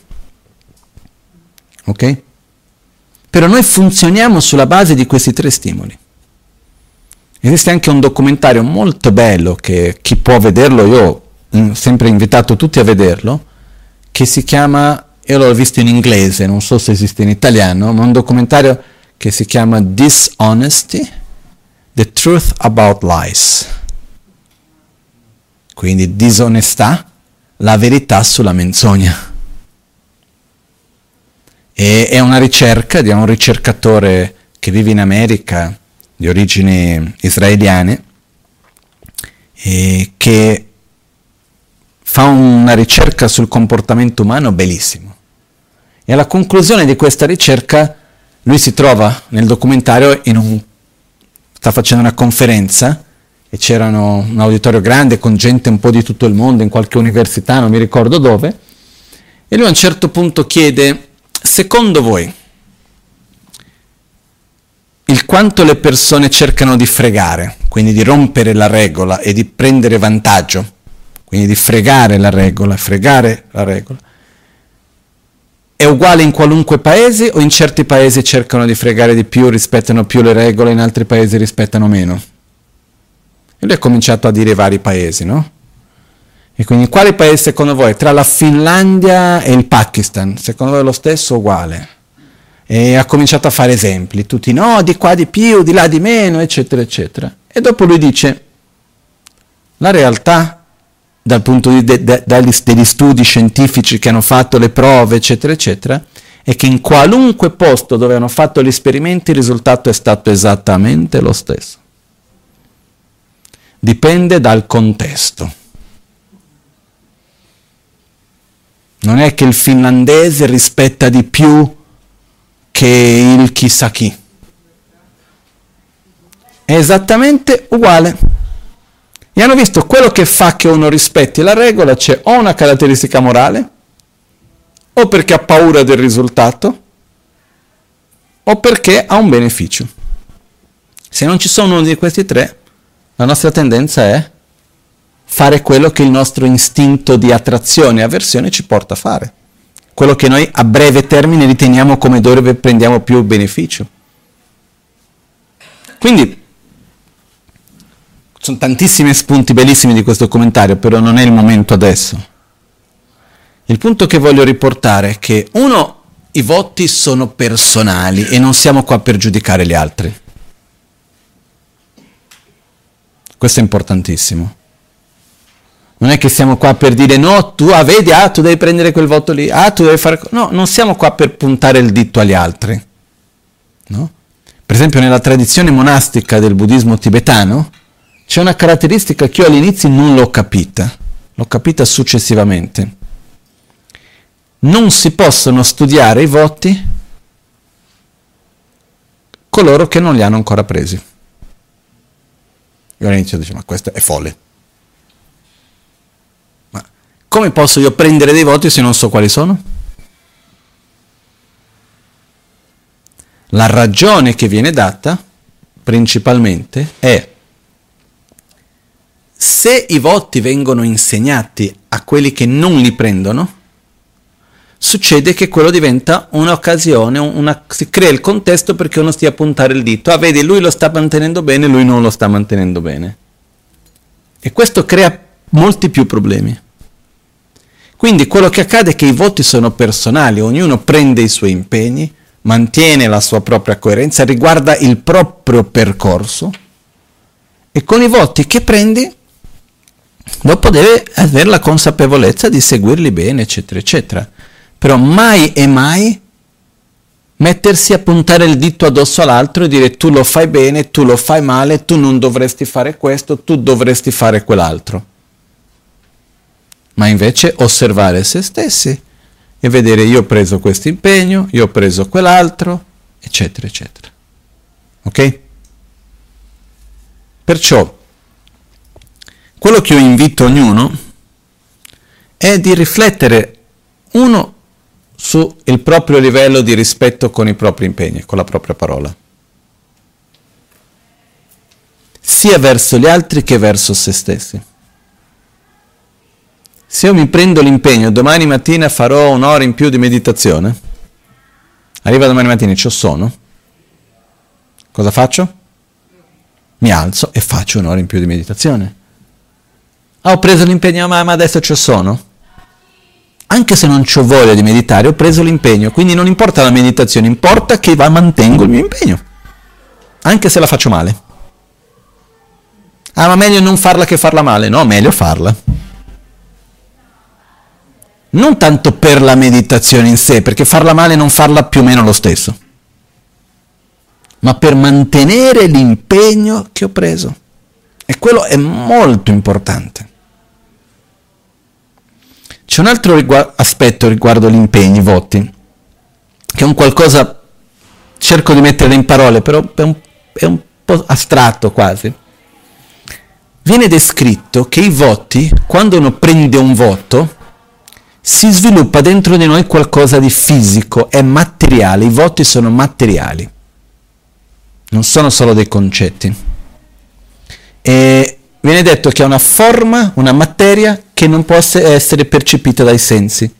Ok? Però noi funzioniamo sulla base di questi tre stimoli. Esiste anche un documentario molto bello che chi può vederlo, io ho sempre invitato tutti a vederlo, che si chiama, io l'ho visto in inglese, non so se esiste in italiano, ma un documentario che si chiama Dishonesty, The Truth About Lies. Quindi disonestà, la verità sulla menzogna. E è una ricerca di un ricercatore che vive in America, di origini israeliane, e che fa una ricerca sul comportamento umano bellissimo. E alla conclusione di questa ricerca lui si trova nel documentario in sta facendo una conferenza e c'era un auditorio grande con gente un po' di tutto il mondo, in qualche università, non mi ricordo dove, e lui a un certo punto chiede: secondo voi il quanto le persone cercano di fregare, quindi di rompere la regola e di prendere vantaggio, quindi di fregare la regola, è uguale in qualunque paese, o in certi paesi cercano di fregare di più, rispettano più le regole, in altri paesi rispettano meno? E lui ha cominciato a dire i vari paesi, no? E quindi quali paesi secondo voi? Tra la Finlandia e il Pakistan, secondo voi è lo stesso o uguale? E ha cominciato a fare esempi, tutti no, di qua di più, di là di meno, eccetera, eccetera. E dopo lui dice: la realtà, dal punto degli studi scientifici che hanno fatto le prove, eccetera, eccetera, è che in qualunque posto dove hanno fatto gli esperimenti il risultato è stato esattamente lo stesso. Dipende dal contesto. Non è che il finlandese rispetta di più che il chissà chi. È esattamente uguale. E hanno visto quello che fa che uno rispetti la regola, c'è o una caratteristica morale, o perché ha paura del risultato, o perché ha un beneficio. Se non ci sono uno di questi tre, la nostra tendenza è fare quello che il nostro istinto di attrazione e avversione ci porta a fare. Quello che noi a breve termine riteniamo come dove prendiamo più beneficio. Quindi, sono tantissimi spunti bellissimi di questo commentario, però non è il momento adesso. Il punto che voglio riportare è che, uno, i voti sono personali e non siamo qua per giudicare gli altri. Questo è importantissimo. Non è che siamo qua per dire no, tu vedi, tu devi prendere quel voto lì, tu devi fare... No, non siamo qua per puntare il dito agli altri. No? Per esempio nella tradizione monastica del buddismo tibetano c'è una caratteristica che io all'inizio non l'ho capita successivamente. Non si possono studiare i voti coloro che non li hanno ancora presi. Io all'inizio dicevo, ma questo è folle. Ma come posso io prendere dei voti se non so quali sono? La ragione che viene data, principalmente, è: se i voti vengono insegnati a quelli che non li prendono, succede che quello diventa un'occasione, si crea il contesto perché uno stia a puntare il dito. Vedi, lui lo sta mantenendo bene, lui non lo sta mantenendo bene. E questo crea molti più problemi. Quindi quello che accade è che i voti sono personali, ognuno prende i suoi impegni, mantiene la sua propria coerenza, riguarda il proprio percorso, e con i voti che prendi dopo deve avere la consapevolezza di seguirli bene, eccetera, eccetera. Però mai e mai mettersi a puntare il dito addosso all'altro e dire tu lo fai bene, tu lo fai male, tu non dovresti fare questo, tu dovresti fare quell'altro. Ma invece osservare se stessi e vedere: io ho preso questo impegno, io ho preso quell'altro, eccetera, eccetera. Ok? Perciò, quello che io invito ognuno è di riflettere, uno, su il proprio livello di rispetto con i propri impegni, con la propria parola, sia verso gli altri che verso se stessi. Se io mi prendo l'impegno, domani mattina farò un'ora in più di meditazione, arriva domani mattina e ci sono, cosa faccio? Mi alzo e faccio un'ora in più di meditazione. Ho preso l'impegno, ma adesso ci sono. Anche se non c'ho voglia di meditare, ho preso l'impegno, quindi non importa la meditazione, importa che mantengo il mio impegno, anche se la faccio male. Ma meglio non farla che farla male. No, meglio farla. Non tanto per la meditazione in sé, perché farla male e non farla più o meno lo stesso, ma per mantenere l'impegno che ho preso. E quello è molto importante. C'è un altro aspetto riguardo gli impegni, i voti, che è un qualcosa, cerco di metterle in parole, però è un po' astratto quasi, viene descritto che i voti, quando uno prende un voto, si sviluppa dentro di noi qualcosa di fisico, è materiale, i voti sono materiali, non sono solo dei concetti. E viene detto che è una forma, una materia che non può essere percepita dai sensi.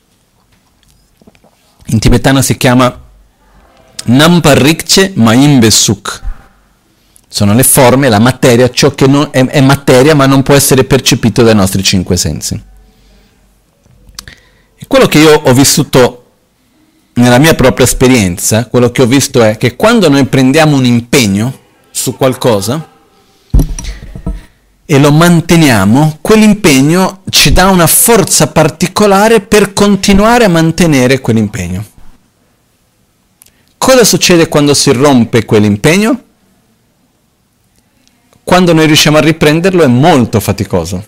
In tibetano si chiama Namparikche Maimbe Suk. Sono le forme, la materia, ciò che non è materia ma non può essere percepito dai nostri cinque sensi. E quello che io ho vissuto nella mia propria esperienza, quello che ho visto è che quando noi prendiamo un impegno su qualcosa e lo manteniamo, quell'impegno ci dà una forza particolare per continuare a mantenere quell'impegno. Cosa succede quando si rompe quell'impegno? Quando noi riusciamo a riprenderlo è molto faticoso.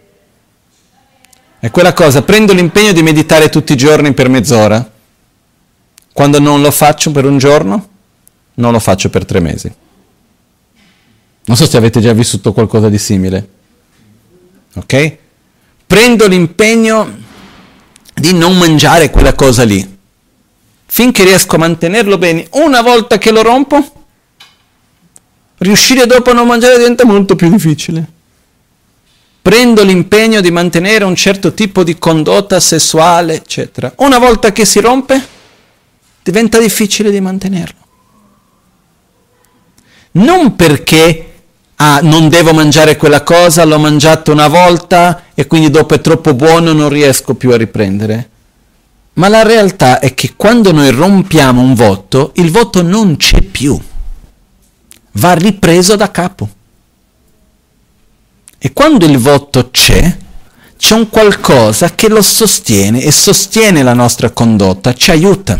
È quella cosa, prendo l'impegno di meditare tutti i giorni per mezz'ora. Quando non lo faccio per un giorno, non lo faccio per 3 mesi. Non so se avete già vissuto qualcosa di simile. Ok? Prendo l'impegno di non mangiare quella cosa lì. Finché riesco a mantenerlo bene, una volta che lo rompo, riuscire dopo a non mangiare diventa molto più difficile. Prendo l'impegno di mantenere un certo tipo di condotta sessuale, eccetera. Una volta che si rompe, diventa difficile di mantenerlo. Non perché non devo mangiare quella cosa, l'ho mangiato una volta e quindi dopo è troppo buono, non riesco più a riprendere. Ma la realtà è che quando noi rompiamo un voto, il voto non c'è più. Va ripreso da capo. E quando il voto c'è un qualcosa che lo sostiene e sostiene la nostra condotta, ci aiuta.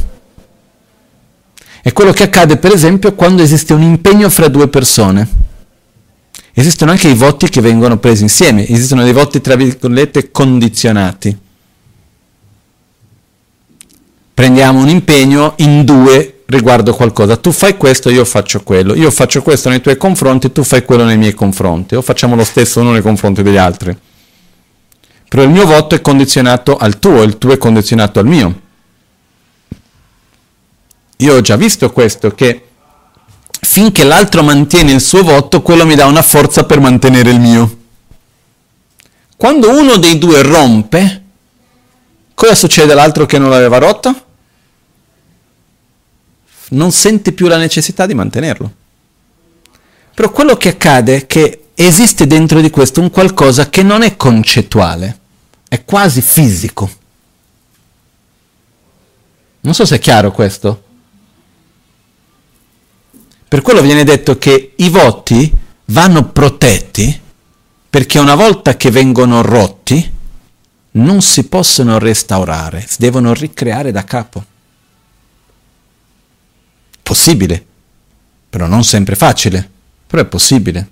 È quello che accade per esempio quando esiste un impegno fra 2 persone. Esistono anche i voti che vengono presi insieme, esistono dei voti tra virgolette condizionati. Prendiamo un impegno in 2 riguardo qualcosa, tu fai questo, io faccio quello, io faccio questo nei tuoi confronti, tu fai quello nei miei confronti, o facciamo lo stesso uno nei confronti degli altri. Però il mio voto è condizionato al tuo, il tuo è condizionato al mio. Io ho già visto questo, che finché l'altro mantiene il suo voto, quello mi dà una forza per mantenere il mio. Quando uno dei 2 rompe, cosa succede all'altro che non l'aveva rotto? Non sente più la necessità di mantenerlo. Però quello che accade è che esiste dentro di questo un qualcosa che non è concettuale, è quasi fisico. Non so se è chiaro questo. Per quello viene detto che i voti vanno protetti perché una volta che vengono rotti non si possono restaurare, si devono ricreare da capo. Possibile, però non sempre facile, però è possibile.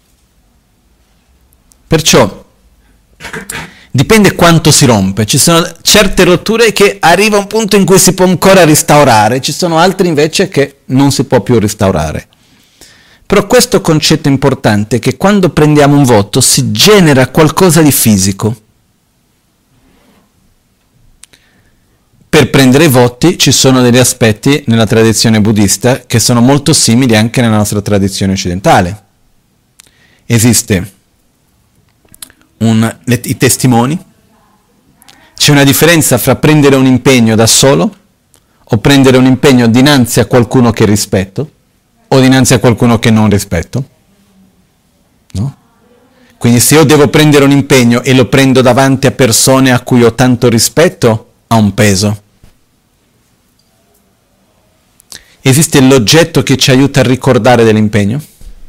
Perciò dipende quanto si rompe, ci sono certe rotture che arriva un punto in cui si può ancora restaurare, ci sono altre invece che non si può più restaurare. Però questo concetto importante è che quando prendiamo un voto si genera qualcosa di fisico. Per prendere i voti ci sono degli aspetti nella tradizione buddista che sono molto simili anche nella nostra tradizione occidentale. Esiste i testimoni, c'è una differenza fra prendere un impegno da solo o prendere un impegno dinanzi a qualcuno che rispetto o dinanzi a qualcuno che non rispetto, no? Quindi se io devo prendere un impegno e lo prendo davanti a persone a cui ho tanto rispetto, ha un peso. Esiste l'oggetto che ci aiuta a ricordare dell'impegno,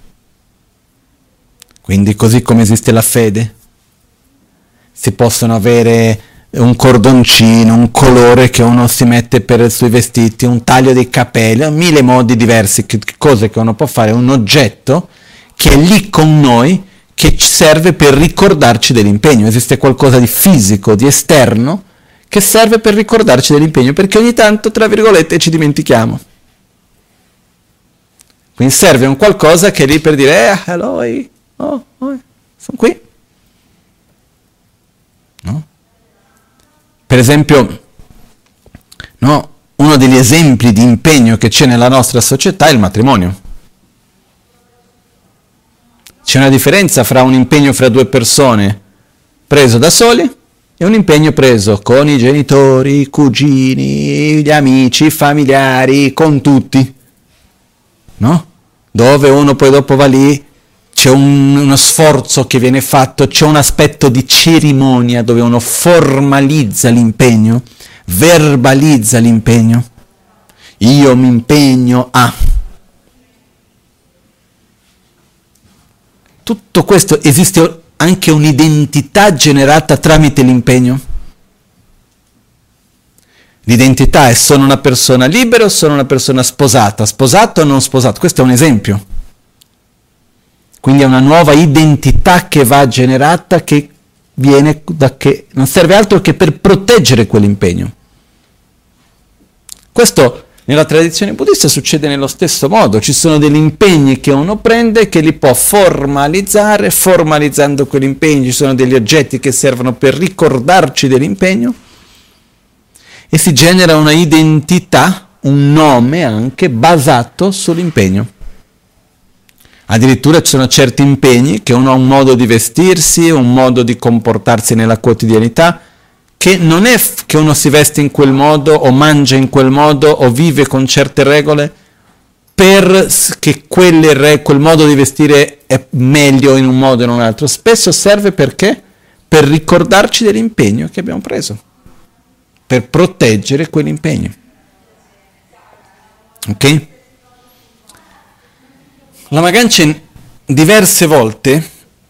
quindi così come esiste la fede, si possono avere un cordoncino, un colore che uno si mette per i suoi vestiti, un taglio dei capelli, 1000 modi diversi, cose che uno può fare, un oggetto che è lì con noi, che ci serve per ricordarci dell'impegno. Esiste qualcosa di fisico, di esterno, che serve per ricordarci dell'impegno, perché ogni tanto, tra virgolette, ci dimentichiamo. Quindi serve un qualcosa che è lì per dire, hello, sono qui. No? Per esempio, no, uno degli esempi di impegno che c'è nella nostra società è il matrimonio. C'è una differenza fra un impegno fra due persone preso da soli e un impegno preso con i genitori, i cugini, gli amici, i familiari, con tutti, no? Dove uno poi dopo va lì, c'è uno sforzo che viene fatto, c'è un aspetto di cerimonia dove uno formalizza l'impegno, verbalizza l'impegno. Io mi impegno a... Tutto questo, esiste anche un'identità generata tramite l'impegno. L'identità è: sono una persona libera o sono una persona sposata? Sposato o non sposato? Questo è un esempio. Quindi è una nuova identità che va generata, che viene da che non serve altro che per proteggere quell'impegno. Questo nella tradizione buddista succede nello stesso modo. Ci sono degli impegni che uno prende, che li può formalizzare, formalizzando quegli impegni ci sono degli oggetti che servono per ricordarci dell'impegno e si genera una identità, un nome anche basato sull'impegno. Addirittura ci sono certi impegni che uno ha un modo di vestirsi, un modo di comportarsi nella quotidianità, che non è che uno si veste in quel modo o mangia in quel modo o vive con certe regole perché quel modo di vestire è meglio in un modo o in un altro. Spesso serve perché? Per ricordarci dell'impegno che abbiamo preso, per proteggere quell'impegno. Ok? La Maganchen diverse volte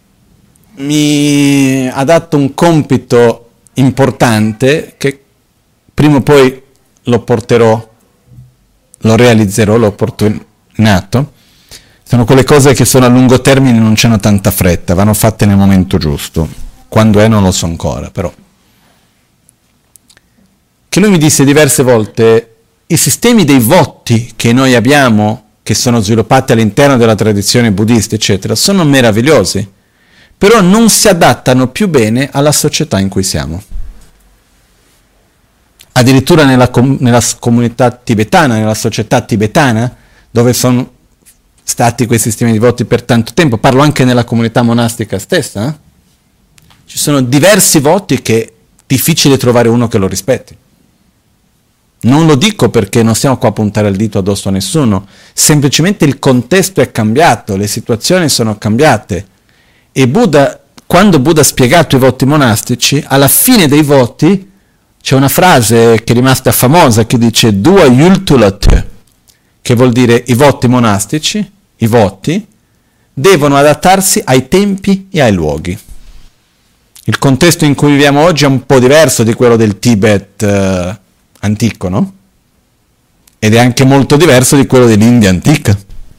mi ha dato un compito importante che prima o poi lo realizzerò, lo porto in atto. Sono quelle cose che sono a lungo termine, non c'hanno tanta fretta, vanno fatte nel momento giusto. Quando è non lo so ancora, però. Che lui mi disse diverse volte, i sistemi dei voti che noi abbiamo, che sono sviluppati all'interno della tradizione buddista, eccetera, sono meravigliosi, però non si adattano più bene alla società in cui siamo. Addirittura nella comunità tibetana, nella società tibetana, dove sono stati quei sistemi di voti per tanto tempo, parlo anche nella comunità monastica stessa, ci sono diversi voti che è difficile trovare uno che lo rispetti. Non lo dico perché non stiamo qua a puntare il dito addosso a nessuno, semplicemente il contesto è cambiato, le situazioni sono cambiate. E Buddha, quando Buddha ha spiegato i voti monastici, alla fine dei voti c'è una frase che è rimasta famosa che dice Dua Yultulat, che vuol dire i voti monastici, i voti, devono adattarsi ai tempi e ai luoghi. Il contesto in cui viviamo oggi è un po' diverso di quello del Tibet antico, no? Ed è anche molto diverso di quello dell'India antica.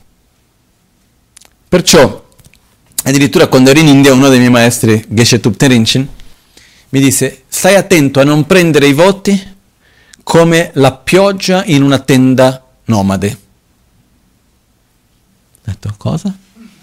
Perciò addirittura quando ero in India uno dei miei maestri, Geshe Thupten Rinchen, mi disse: stai attento a non prendere i voti come la pioggia in una tenda nomade. Ho detto, cosa?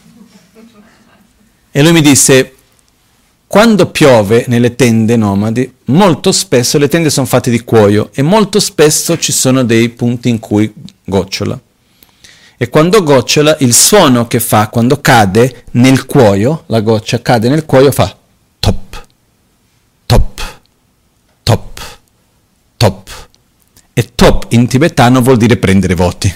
E lui mi disse: quando piove nelle tende nomadi, molto spesso le tende sono fatte di cuoio e molto spesso ci sono dei punti in cui gocciola. E quando gocciola, il suono che fa quando cade nel cuoio, la goccia cade nel cuoio, fa top, top, top, top. E top in tibetano vuol dire prendere voti.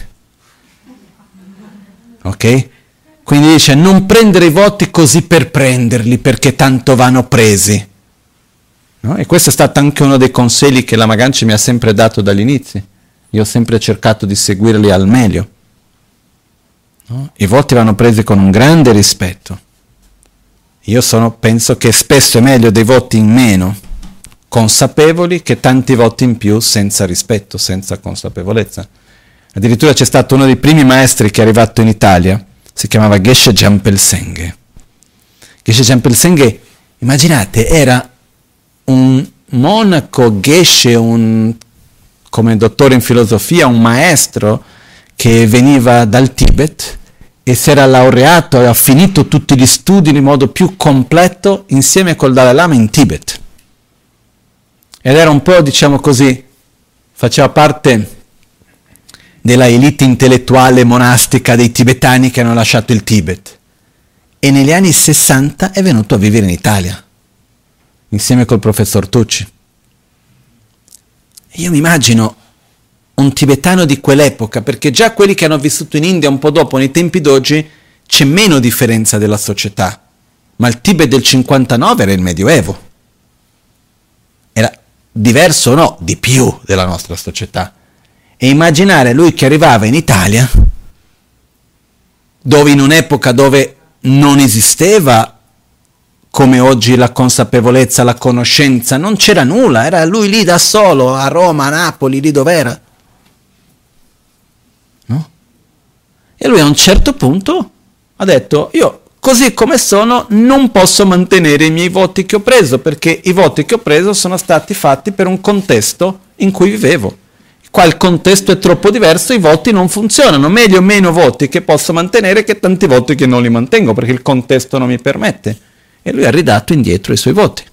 Ok? Quindi dice non prendere i voti così per prenderli, perché tanto vanno presi. No? E questo è stato anche uno dei consigli che la Maganchen mi ha sempre dato dall'inizio. Io ho sempre cercato di seguirli al meglio. No? I voti vanno presi con un grande rispetto. Io penso che spesso è meglio dei voti in meno, consapevoli, che tanti voti in più senza rispetto, senza consapevolezza. Addirittura c'è stato uno dei primi maestri che è arrivato in Italia, si chiamava Geshe Jampel Senghe. Geshe Jampel Senghe, immaginate, era un monaco Geshe, come dottore in filosofia, un maestro che veniva dal Tibet e si era laureato e ha finito tutti gli studi in modo più completo insieme col Dalai Lama in Tibet. Ed era un po', diciamo così, faceva parte della elite intellettuale monastica dei tibetani che hanno lasciato il Tibet. E negli anni 60 è venuto a vivere in Italia, insieme col professor Tucci. Io mi immagino un tibetano di quell'epoca, perché già quelli che hanno vissuto in India un po' dopo, nei tempi d'oggi, c'è meno differenza della società. Ma il Tibet del 59 era il Medioevo. Era diverso o no? Di più della nostra società. E immaginare lui che arrivava in Italia, dove in un'epoca dove non esisteva come oggi la consapevolezza, la conoscenza, non c'era nulla, era lui lì da solo, a Roma, a Napoli, lì dov'era. No? E lui a un certo punto ha detto, io così come sono non posso mantenere i miei voti che ho preso, perché i voti che ho preso sono stati fatti per un contesto in cui vivevo. Qua il contesto è troppo diverso, i voti non funzionano, meglio meno voti che posso mantenere che tanti voti che non li mantengo, perché il contesto non mi permette. E lui ha ridato indietro i suoi voti.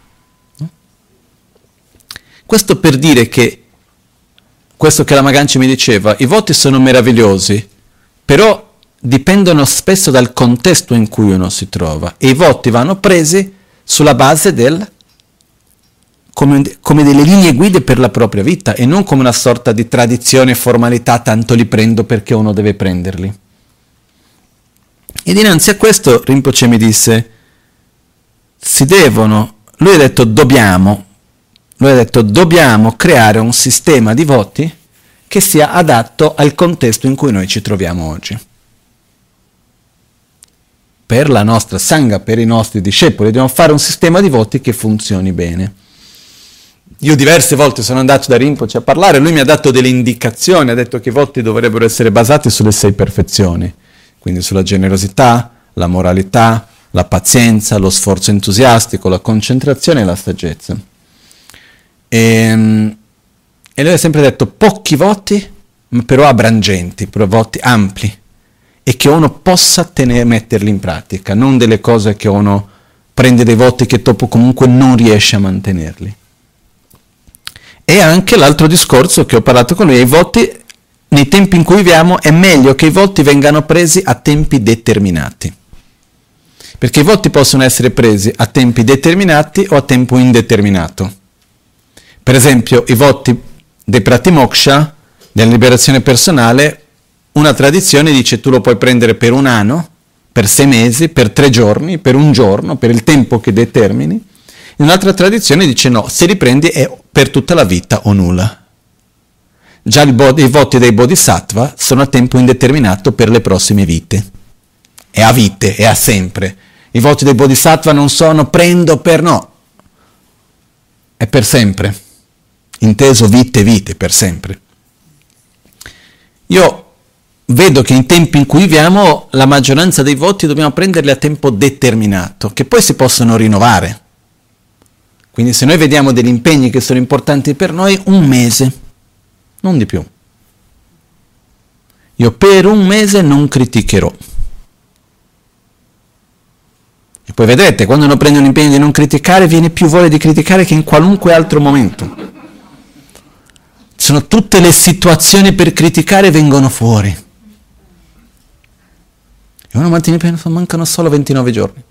Questo per dire che, questo che la Maganci mi diceva, i voti sono meravigliosi, però dipendono spesso dal contesto in cui uno si trova, e i voti vanno presi sulla base del come delle linee guida per la propria vita e non come una sorta di tradizione e formalità, tanto li prendo perché uno deve prenderli. E dinanzi a questo Rinpoche mi disse, lui ha detto dobbiamo creare un sistema di voti che sia adatto al contesto in cui noi ci troviamo oggi. Per la nostra Sangha, per i nostri discepoli, dobbiamo fare un sistema di voti che funzioni bene. Io diverse volte sono andato da Rinpoche a parlare, lui mi ha dato delle indicazioni, ha detto che i voti dovrebbero essere basati sulle 6 perfezioni, quindi sulla generosità, la moralità, la pazienza, lo sforzo entusiastico, la concentrazione e la saggezza. E lui ha sempre detto pochi voti, ma però abrangenti, però voti ampli, e che uno possa metterli in pratica, non delle cose che uno prende dei voti che dopo comunque non riesce a mantenerli. E anche l'altro discorso che ho parlato con lui, i voti, nei tempi in cui viviamo, è meglio che i voti vengano presi a tempi determinati. Perché i voti possono essere presi a tempi determinati o a tempo indeterminato. Per esempio, i voti dei Pratimoksha, della liberazione personale, una tradizione dice tu lo puoi prendere per 1 anno, per 6 mesi, per 3 giorni, per 1 giorno, per il tempo che determini. Un'altra tradizione dice no, se li prendi è per tutta la vita o nulla. Già i voti dei Bodhisattva sono a tempo indeterminato per le prossime vite. È a vite, è a sempre. I voti dei Bodhisattva non sono prendo per no. È per sempre. Inteso vite, per sempre. Io vedo che in tempi in cui viviamo la maggioranza dei voti dobbiamo prenderli a tempo determinato, che poi si possono rinnovare. Quindi se noi vediamo degli impegni che sono importanti per noi, 1 mese, non di più. Io per 1 mese non criticherò. E poi vedrete, quando uno prende un impegno di non criticare, viene più voglia di criticare che in qualunque altro momento. Sono tutte le situazioni per criticare vengono fuori. E uno mantiene impegno, mancano solo 29 giorni.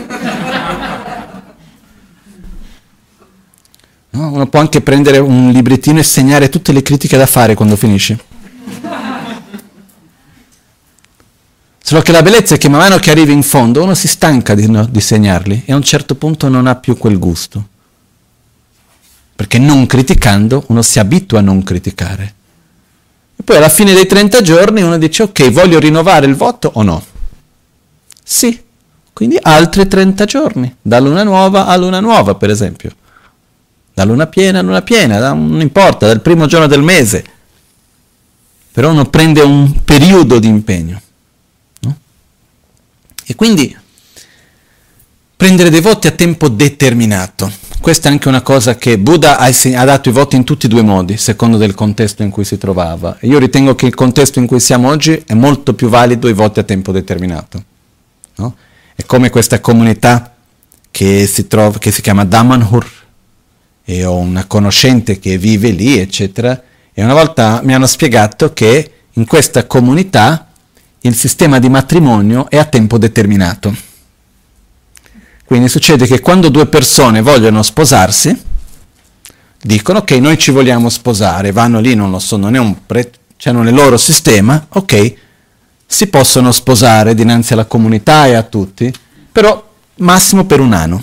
No, uno può anche prendere un librettino e segnare tutte le critiche da fare quando finisce. Solo che la bellezza è che man mano che arrivi in fondo uno si stanca di segnarli e a un certo punto non ha più quel gusto. Perché non criticando uno si abitua a non criticare. E poi alla fine dei 30 giorni uno dice ok, voglio rinnovare il voto o no? Sì, quindi altri 30 giorni, da luna nuova a luna nuova per esempio. Da luna piena a luna piena, non importa, dal primo giorno del mese. Però uno prende un periodo di impegno. No? E quindi prendere dei voti a tempo determinato. questa è anche una cosa che Buddha ha dato i voti in tutti e due i modi, secondo del contesto in cui si trovava. E io ritengo che il contesto in cui siamo oggi è molto più valido i voti a tempo determinato. No? È come questa comunità che si chiama Damanhur, e ho una conoscente che vive lì, eccetera, e una volta mi hanno spiegato che in questa comunità il sistema di matrimonio è a tempo determinato. Quindi succede che quando due persone vogliono sposarsi, dicono ok, noi ci vogliamo sposare, vanno lì, non lo so, non è c'hanno nel loro sistema, ok, si possono sposare dinanzi alla comunità e a tutti, però massimo per 1 anno.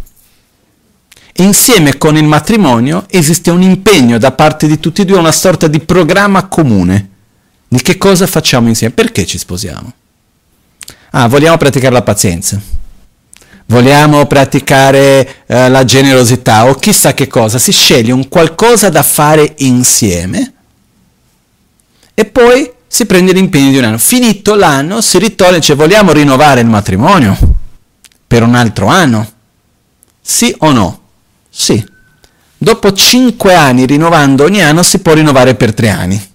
Insieme con il matrimonio esiste un impegno da parte di tutti e due, una sorta di programma comune di che cosa facciamo insieme, perché ci sposiamo. Vogliamo praticare la pazienza. Vogliamo praticare la generosità o chissà che cosa, si sceglie un qualcosa da fare insieme e poi si prende l'impegno di 1 anno. Finito l'anno si ritorna e dice vogliamo rinnovare il matrimonio per 1 altro anno? Sì o no? Sì. Dopo 5 anni rinnovando ogni anno si può rinnovare per 3 anni.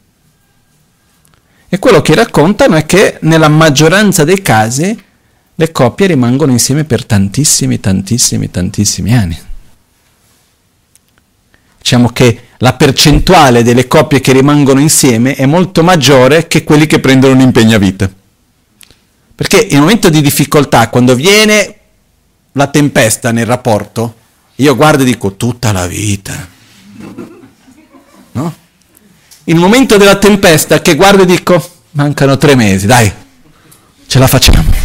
E quello che raccontano è che nella maggioranza dei casi le coppie rimangono insieme per tantissimi anni. Diciamo che la percentuale delle coppie che rimangono insieme è molto maggiore che quelli che prendono un impegno a vita. Perché in un momento di difficoltà, quando viene la tempesta nel rapporto, io guardo e dico tutta la vita. No? Il momento della tempesta che guardo e dico mancano 3 mesi, dai, ce la facciamo.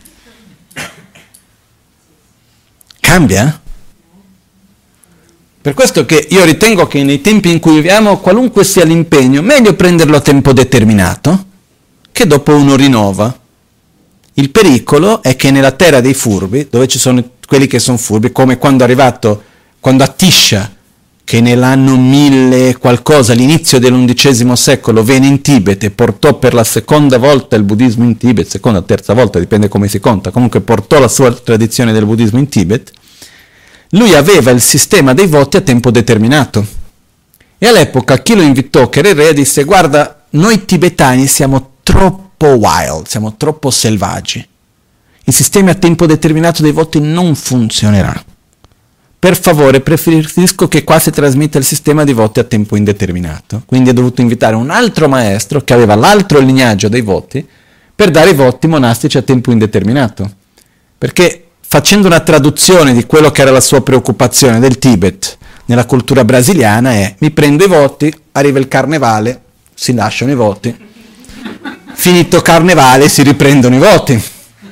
Cambia? Per questo che io ritengo che nei tempi in cui viviamo, qualunque sia l'impegno, meglio prenderlo a tempo determinato che dopo uno rinnova. Il pericolo è che nella terra dei furbi, dove ci sono quelli che sono furbi, come quando Atisha, che nell'anno 1000 qualcosa, all'inizio dell'11 secolo, venne in Tibet e portò per la seconda volta il buddismo in Tibet, seconda, terza volta, dipende come si conta, comunque portò la sua tradizione del buddismo in Tibet. Lui aveva il sistema dei voti a tempo determinato. E all'epoca chi lo invitò, che era il re, disse guarda, noi tibetani siamo troppo wild, siamo troppo selvaggi. Il sistema a tempo determinato dei voti non funzionerà. Per favore, preferisco che qua si trasmetta il sistema di voti a tempo indeterminato. Quindi ha dovuto invitare un altro maestro che aveva l'altro lignaggio dei voti per dare i voti monastici a tempo indeterminato. Perché facendo una traduzione di quello che era la sua preoccupazione del Tibet nella cultura brasiliana è mi prendo i voti, arriva il carnevale, si lasciano i voti, finito carnevale si riprendono i voti.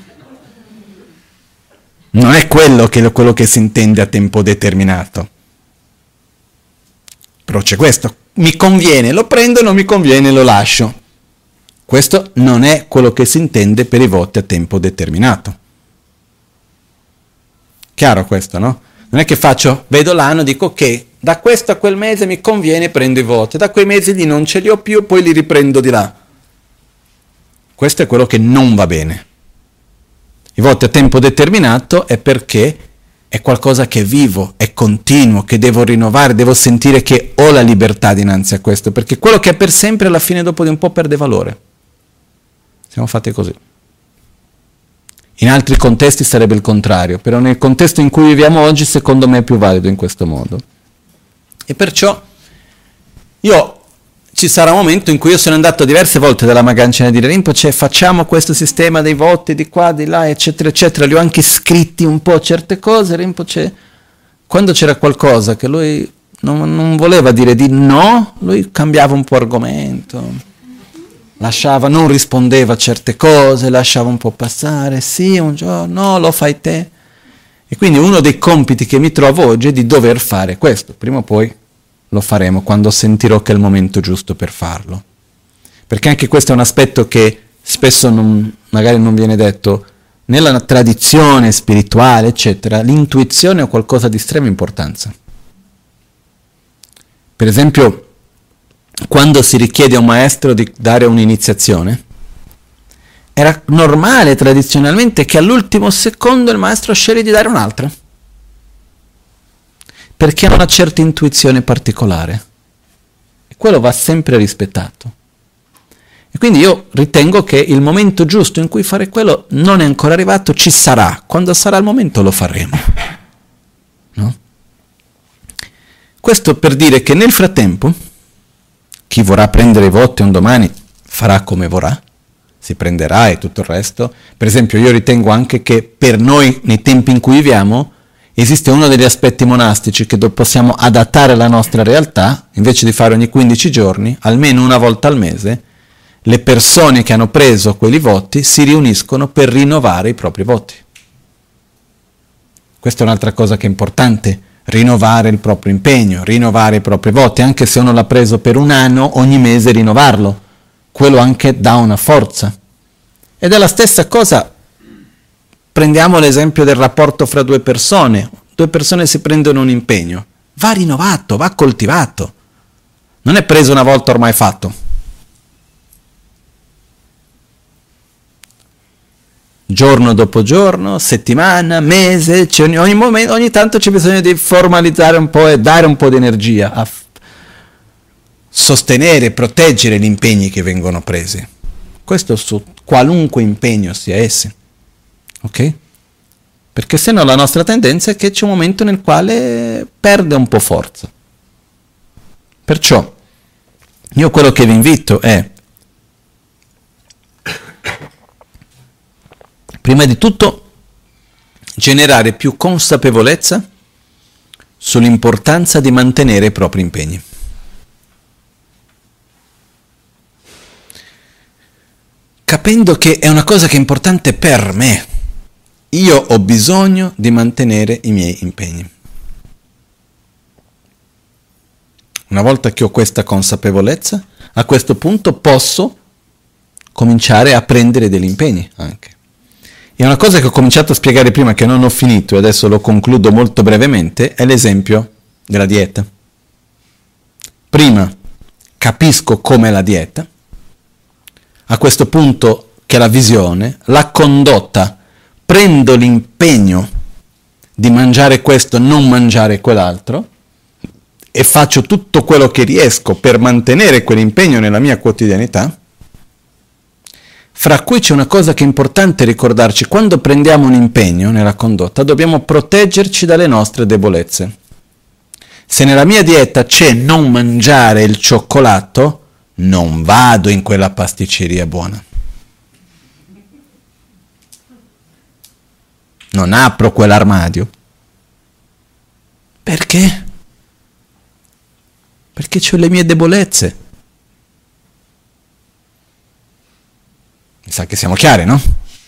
Non è quello che si intende a tempo determinato. Però c'è questo, mi conviene, lo prendo, non mi conviene, lo lascio. Questo non è quello che si intende per i voti a tempo determinato. Chiaro questo, no? Non è che vedo l'anno, dico ok, da questo a quel mese mi conviene, prendo i voti, da quei mesi lì non ce li ho più, poi li riprendo di là. Questo è quello che non va bene. I voti a tempo determinato è perché è qualcosa che è vivo, è continuo, che devo rinnovare, devo sentire che ho la libertà dinanzi a questo, perché quello che è per sempre alla fine dopo di un po' perde valore. Siamo fatti così. In altri contesti sarebbe il contrario, però nel contesto in cui viviamo oggi secondo me è più valido in questo modo. E perciò ci sarà un momento in cui io sono andato diverse volte dalla Magancina a dire Rinpoche, facciamo questo sistema dei voti di qua, di là, eccetera, eccetera. Li ho anche scritti un po' certe cose. Rinpoche, quando c'era qualcosa che lui non voleva dire di no, lui cambiava un po' argomento, non rispondeva a certe cose, lasciava un po' passare, sì, un giorno, no, lo fai te. E quindi uno dei compiti che mi trovo oggi è di dover fare questo, prima o poi lo faremo quando sentirò che è il momento giusto per farlo. Perché anche questo è un aspetto che spesso magari non viene detto. Nella tradizione spirituale, eccetera, l'intuizione è qualcosa di estrema importanza. Per esempio, quando si richiede a un maestro di dare un'iniziazione, era normale tradizionalmente che all'ultimo secondo il maestro sceglie di dare un'altra. perché ha una certa intuizione particolare. E quello va sempre rispettato. E quindi io ritengo che il momento giusto in cui fare quello non è ancora arrivato, ci sarà. Quando sarà il momento lo faremo. No? Questo per dire che nel frattempo, chi vorrà prendere i voti un domani farà come vorrà, si prenderà e tutto il resto. Per esempio io ritengo anche che per noi, nei tempi in cui viviamo, esiste uno degli aspetti monastici che possiamo adattare alla nostra realtà, invece di fare ogni 15 giorni, almeno una volta al mese, le persone che hanno preso quei voti si riuniscono per rinnovare i propri voti. Questa è un'altra cosa che è importante, rinnovare il proprio impegno, rinnovare i propri voti, anche se uno l'ha preso per un anno, ogni mese rinnovarlo. Quello anche dà una forza. Ed è la stessa cosa, prendiamo l'esempio del rapporto fra due persone si prendono un impegno, va rinnovato, va coltivato, non è preso una volta ormai fatto. Giorno dopo giorno, settimana, mese, ogni tanto c'è bisogno di formalizzare un po' e dare un po' di energia a sostenere, proteggere gli impegni che vengono presi. Questo su qualunque impegno sia essi. Ok? Perché sennò la nostra tendenza è che c'è un momento nel quale perde un po' forza. Perciò, io quello che vi invito è, prima di tutto, generare più consapevolezza sull'importanza di mantenere i propri impegni. Capendo che è una cosa che è importante per me. Io ho bisogno di mantenere i miei impegni. Una volta che ho questa consapevolezza, a questo punto posso cominciare a prendere degli impegni anche. E una cosa che ho cominciato a spiegare prima, che non ho finito e adesso lo concludo molto brevemente, è l'esempio della dieta. Prima capisco com'è la dieta, a questo punto che è la visione, la condotta, prendo l'impegno di mangiare questo, non mangiare quell'altro, e faccio tutto quello che riesco per mantenere quell'impegno nella mia quotidianità, fra cui c'è una cosa che è importante ricordarci: quando prendiamo un impegno nella condotta dobbiamo proteggerci dalle nostre debolezze. Se nella mia dieta c'è non mangiare il cioccolato, non vado in quella pasticceria buona. Non apro quell'armadio. Perché? Perché c'ho le mie debolezze. Mi sa che siamo chiari, no?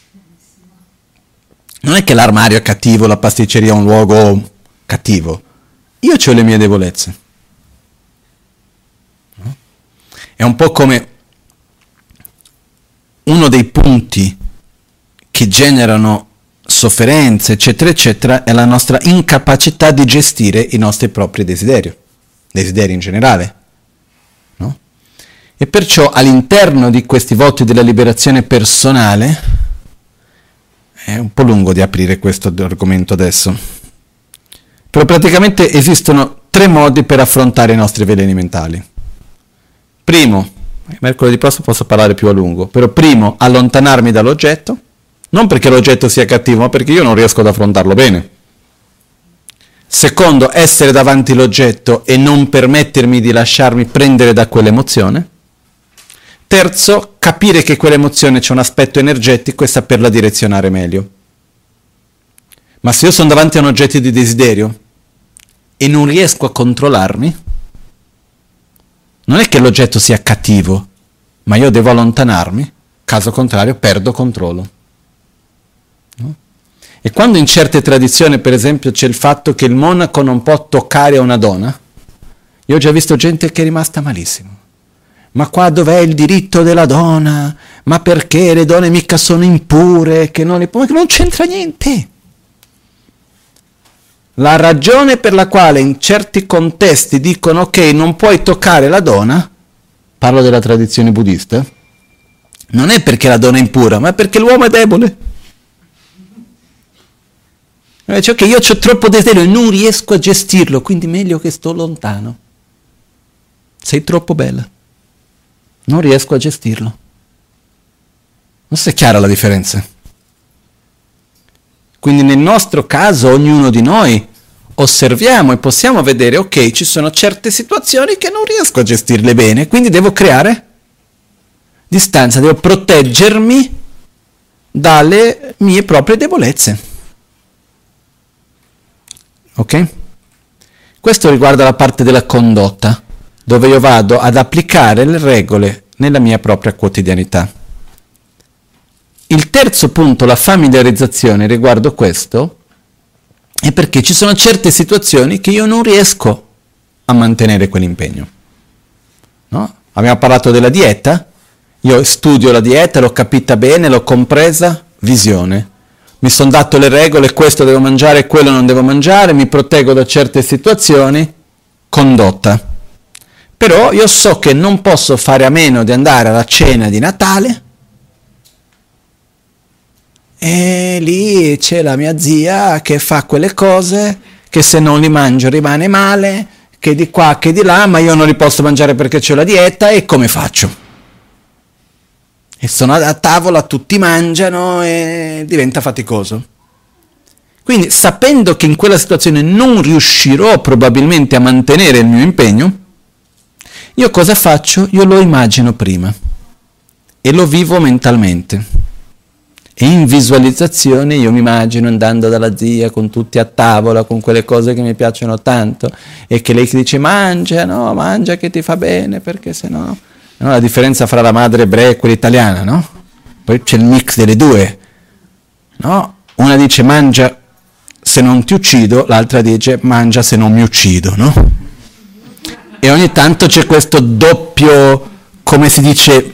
Non è che l'armadio è cattivo, la pasticceria è un luogo cattivo. Io ho le mie debolezze. No? È un po' come uno dei punti che generano sofferenze, eccetera, eccetera, è la nostra incapacità di gestire i nostri propri desideri in generale. No? E perciò all'interno di questi voti della liberazione personale, è un po' lungo di aprire questo argomento adesso, però praticamente esistono 3 modi per affrontare i nostri veleni mentali. Primo, mercoledì prossimo posso parlare più a lungo, però primo, allontanarmi dall'oggetto, non perché l'oggetto sia cattivo, ma perché io non riesco ad affrontarlo bene. Secondo, essere davanti all'oggetto e non permettermi di lasciarmi prendere da quell'emozione. Terzo, capire che quell'emozione c'è un aspetto energetico e saperla direzionare meglio. Ma se io sono davanti a un oggetto di desiderio e non riesco a controllarmi, non è che l'oggetto sia cattivo, ma io devo allontanarmi, caso contrario perdo controllo. No? E quando in certe tradizioni, per esempio, c'è il fatto che il monaco non può toccare una donna, io ho già visto gente che è rimasta malissimo. Ma qua dov'è il diritto della donna? Ma perché le donne mica sono impure? Che non, ma non c'entra niente. La ragione per la quale in certi contesti dicono ok, non puoi toccare la donna, parlo della tradizione buddista, non è perché la donna è impura, ma è perché l'uomo è debole. Dice, ok, io ho troppo desiderio e non riesco a gestirlo, quindi meglio che sto lontano. Sei troppo bella. Non riesco a gestirlo. Non so se è chiara la differenza. Quindi nel nostro caso, ognuno di noi osserviamo e possiamo vedere, ok, ci sono certe situazioni che non riesco a gestirle bene, quindi devo creare distanza, devo proteggermi dalle mie proprie debolezze. Ok? Questo riguarda la parte della condotta, dove io vado ad applicare le regole nella mia propria quotidianità. Il terzo punto, la familiarizzazione riguardo questo, è perché ci sono certe situazioni che io non riesco a mantenere quell'impegno. No? Abbiamo parlato della dieta, io studio la dieta, l'ho capita bene, l'ho compresa, visione. Mi sono dato le regole, questo devo mangiare, quello non devo mangiare, mi proteggo da certe situazioni, condotta. Però io so che non posso fare a meno di andare alla cena di Natale e lì c'è la mia zia che fa quelle cose che se non li mangio rimane male, che di qua, che di là, ma io non li posso mangiare perché c'ho la dieta e come faccio? E sono a tavola, tutti mangiano e diventa faticoso. Quindi sapendo che in quella situazione non riuscirò probabilmente a mantenere il mio impegno, io cosa faccio? Io lo immagino prima e lo vivo mentalmente. E in visualizzazione io mi immagino andando dalla zia con tutti a tavola, con quelle cose che mi piacciono tanto, e che lei ti dice mangia, no, mangia che ti fa bene, perché sennò... No, la differenza fra la madre ebrea e quella italiana, no? Poi c'è il mix delle due, no? Una dice mangia se non ti uccido, l'altra dice mangia se non mi uccido, no? E ogni tanto c'è questo doppio, come si dice,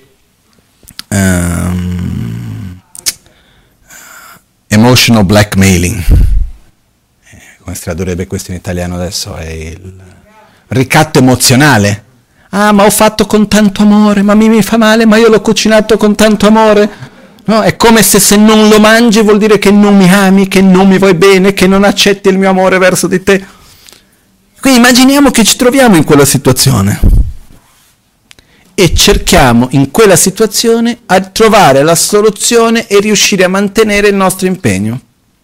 emotional blackmailing. Come si tradurrebbe questo in italiano adesso? È il ricatto emozionale. Ah, ma ho fatto con tanto amore, ma mi fa male, ma io l'ho cucinato con tanto amore. No, è come se non lo mangi vuol dire che non mi ami, che non mi vuoi bene, che non accetti il mio amore verso di te. Quindi immaginiamo che ci troviamo in quella situazione e cerchiamo in quella situazione a trovare la soluzione e riuscire a mantenere il nostro impegno.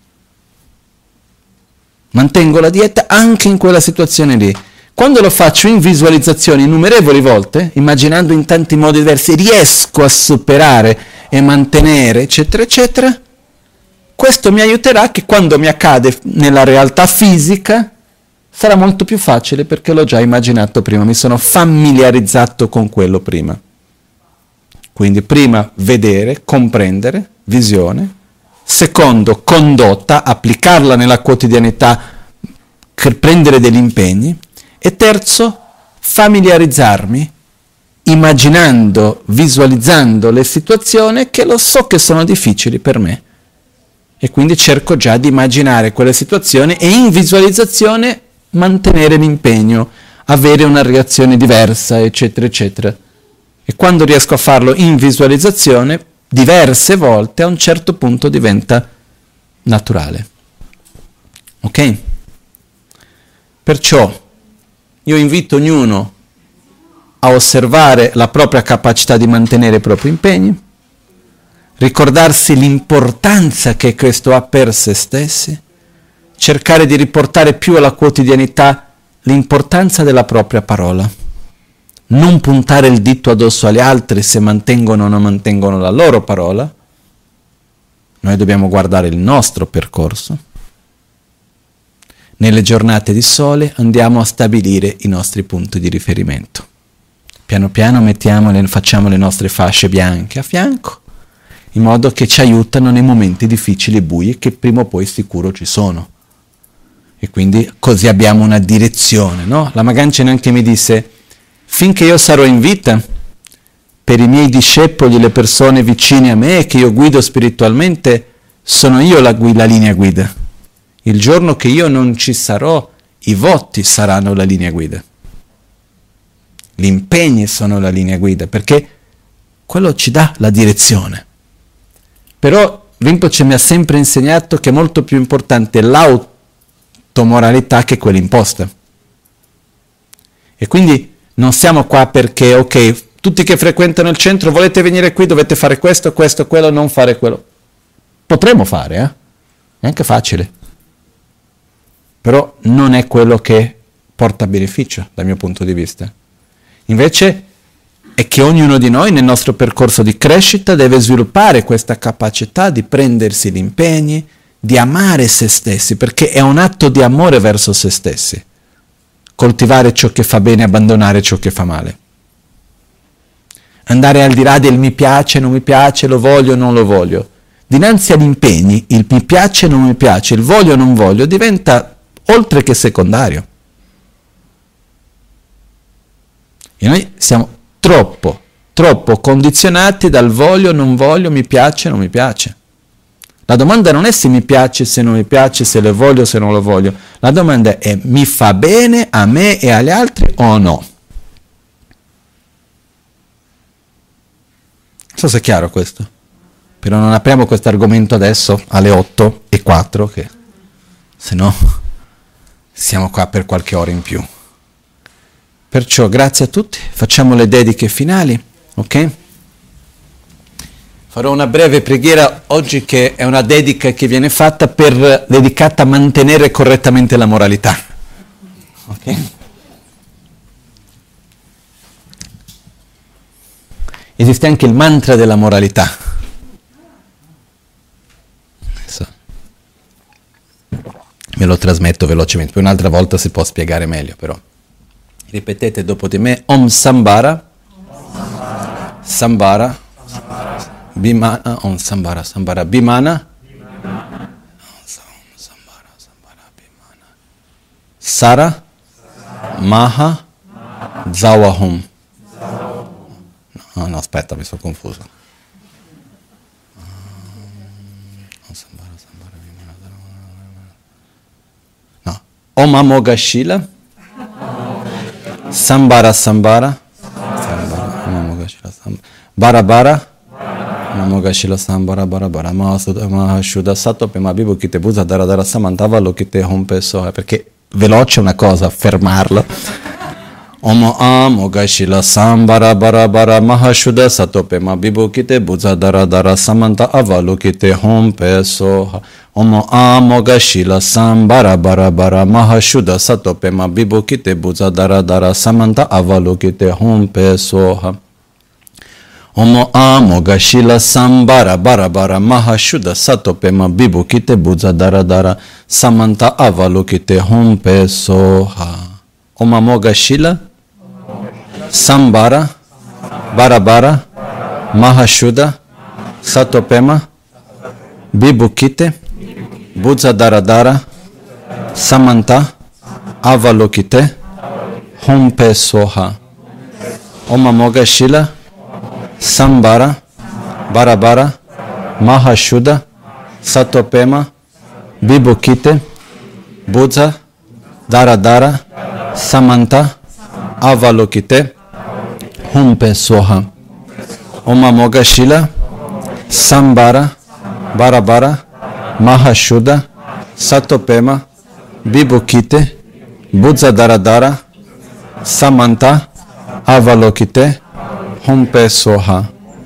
Mantengo la dieta anche in quella situazione lì. Quando lo faccio in visualizzazione innumerevoli volte, immaginando in tanti modi diversi, riesco a superare e mantenere, eccetera, eccetera, questo mi aiuterà che quando mi accade nella realtà fisica sarà molto più facile perché l'ho già immaginato prima, mi sono familiarizzato con quello prima. Quindi prima vedere, comprendere, visione, secondo condotta, applicarla nella quotidianità per prendere degli impegni, e terzo, familiarizzarmi, immaginando, visualizzando le situazioni che lo so che sono difficili per me. E quindi cerco già di immaginare quelle situazioni e in visualizzazione mantenere l'impegno, avere una reazione diversa, eccetera, eccetera. E quando riesco a farlo in visualizzazione, diverse volte, a un certo punto diventa naturale. Ok? Perciò, io invito ognuno a osservare la propria capacità di mantenere i propri impegni, ricordarsi l'importanza che questo ha per se stessi, cercare di riportare più alla quotidianità l'importanza della propria parola, non puntare il dito addosso agli altri se mantengono o non mantengono la loro parola, noi dobbiamo guardare il nostro percorso. Nelle giornate di sole andiamo a stabilire i nostri punti di riferimento. Piano piano facciamo le nostre fasce bianche a fianco, in modo che ci aiutano nei momenti difficili e bui che prima o poi sicuro ci sono. E quindi così abbiamo una direzione, no? La Magancia anche mi disse, finché io sarò in vita, per i miei discepoli, le persone vicine a me, che io guido spiritualmente, sono io la linea guida. Il giorno che io non ci sarò, i voti saranno la linea guida. Gli impegni sono la linea guida, perché quello ci dà la direzione. Però Rinpoche mi ha sempre insegnato che è molto più importante l'automoralità che quella imposta. E quindi non siamo qua perché, ok, tutti che frequentano il centro, volete venire qui, dovete fare questo, questo, quello, non fare quello. Potremmo fare, è anche facile. Però non è quello che porta beneficio, dal mio punto di vista. Invece è che ognuno di noi nel nostro percorso di crescita deve sviluppare questa capacità di prendersi gli impegni, di amare se stessi, perché è un atto di amore verso se stessi. Coltivare ciò che fa bene, abbandonare ciò che fa male. Andare al di là del mi piace, non mi piace, lo voglio, non lo voglio. Dinanzi agli impegni, il mi piace, non mi piace, il voglio, non voglio, diventa oltre che secondario. E noi siamo troppo condizionati dal voglio, non voglio, mi piace, non mi piace. La domanda non è se mi piace, se non mi piace, se lo voglio, se non lo voglio. La domanda è mi fa bene a me e agli altri o no? Non so se è chiaro questo. Però non apriamo questo argomento adesso alle 8:04, che se no siamo qua per qualche ora in più. Perciò grazie a tutti, facciamo le dediche finali, ok? Farò una breve preghiera oggi che è una dedica che viene fatta dedicata a mantenere correttamente la moralità. Ok? Esiste anche il mantra della moralità. Adesso ve lo trasmetto velocemente, poi un'altra volta si può spiegare meglio però. Ripetete dopo di me, Om Sambhara, Sambhara, Bhimana, Om Sambhara, Sambhara, Bhimana, Sambhara, Sambhara, Bhimana, Sara, Maha, Zawahum. No, aspetta, mi sono confuso. No, Om Amogashila, Sambhara, Sambhara, Bara, Namogashila Sambhara, Bara, Mahashuddha, Satopema, Vibhukite, Buddha, Dara, Samantava, Lokite, Hompe, Soha, perché veloce è una cosa, fermarlo. Om Amogashila Sambhara, Bara, Mahashuddha, Satopema, Vibhukite, Buddha, Dara, Samanta, Avalokite, Hompe, Soha. Om Amogashila Sambhara, Bara, Mahashuddha, Satopema, Vibhukite, Buddha, Dara, Samanta, Avalokite, Hompe, Soha. Om Amogashila Sambhara, Bara, Mahashuddha, Satopema, Vibhukite, Buddha, Dara, Samanta, Avalokite, Hompe, Soha. Om Amogashila Sambhara, Bara, Mahashuddha, Satopema, Vibhukite, Buddha, Dara, Samanta, Avalokite, Hompe, Soha. Om Amogashila Sambhara, Bara, Mahashuddha, Satopema, Vibhukite, Buddha, Dara, Samanta, Avalokite, Hompe, Soha. Om Amogashila Sambhara, Bara, Mahashuddha, Satopema, Vibhukite, Buddha, Dara, Samanta, Avalokite, Hompe, Soha.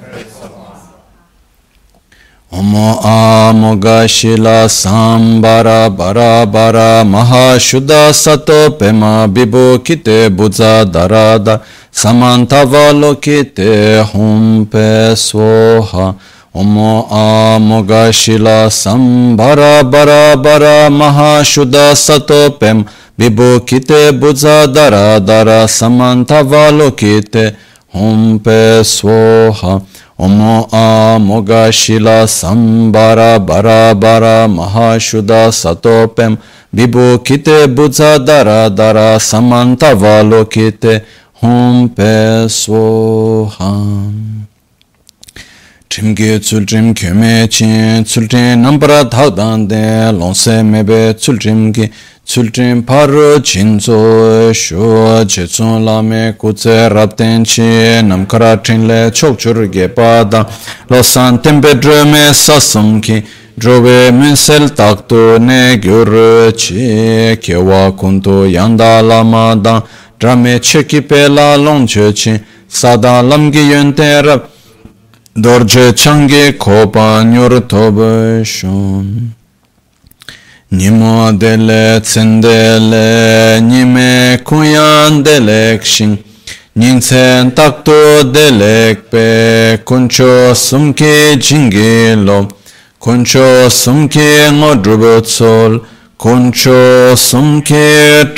Om Amogashila Sambhara, Bara, Mahashuddha, Satopema, Vibhukite, Buddha, Dara, Samanta, Avalokite, Hompe, Soha. Om Amogashila Sambhara, Bara, Mahashuddha, Satopema, Vibhukite, Buddha, Dara, Samanta, Avalokite, Hompe, Soha. Om Amogashila Sambhara, Bara, Mahashuddha, Satopema, Vibhukite, Buddha, Dara, Samanta, Avalokite, Hompe, Soha. Trimge tsultrim kyome chin, tsultrim nambra dhagdande, longse mebe tsultrimge, tsultrim paru chinzo, shu, jetsun lame kutse rabden chi, namkara trinle chokchur gepada, losan tempe drume sasumki, drobe minsel taktu ne gyur chi, kewa kuntu yanda lamada, drame chekipe la longche chi, sada lamgi yonte rab, dorje change kopa nyur tobe shon. Nimo dele tsendele, nime kuyan delek shin, ninsen takto delek pe, kuncho sumke jingilo, kuncho sumke ngodrubot sol, kuncho sumke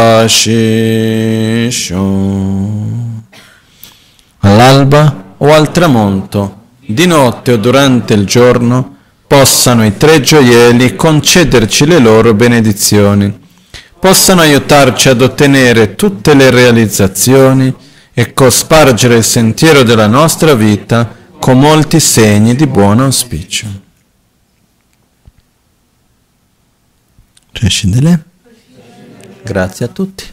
trashishon. All'alba o al tramonto, di notte o durante il giorno, possano i tre gioielli concederci le loro benedizioni, possano aiutarci ad ottenere tutte le realizzazioni e cospargere il sentiero della nostra vita con molti segni di buon auspicio. Grazie a tutti.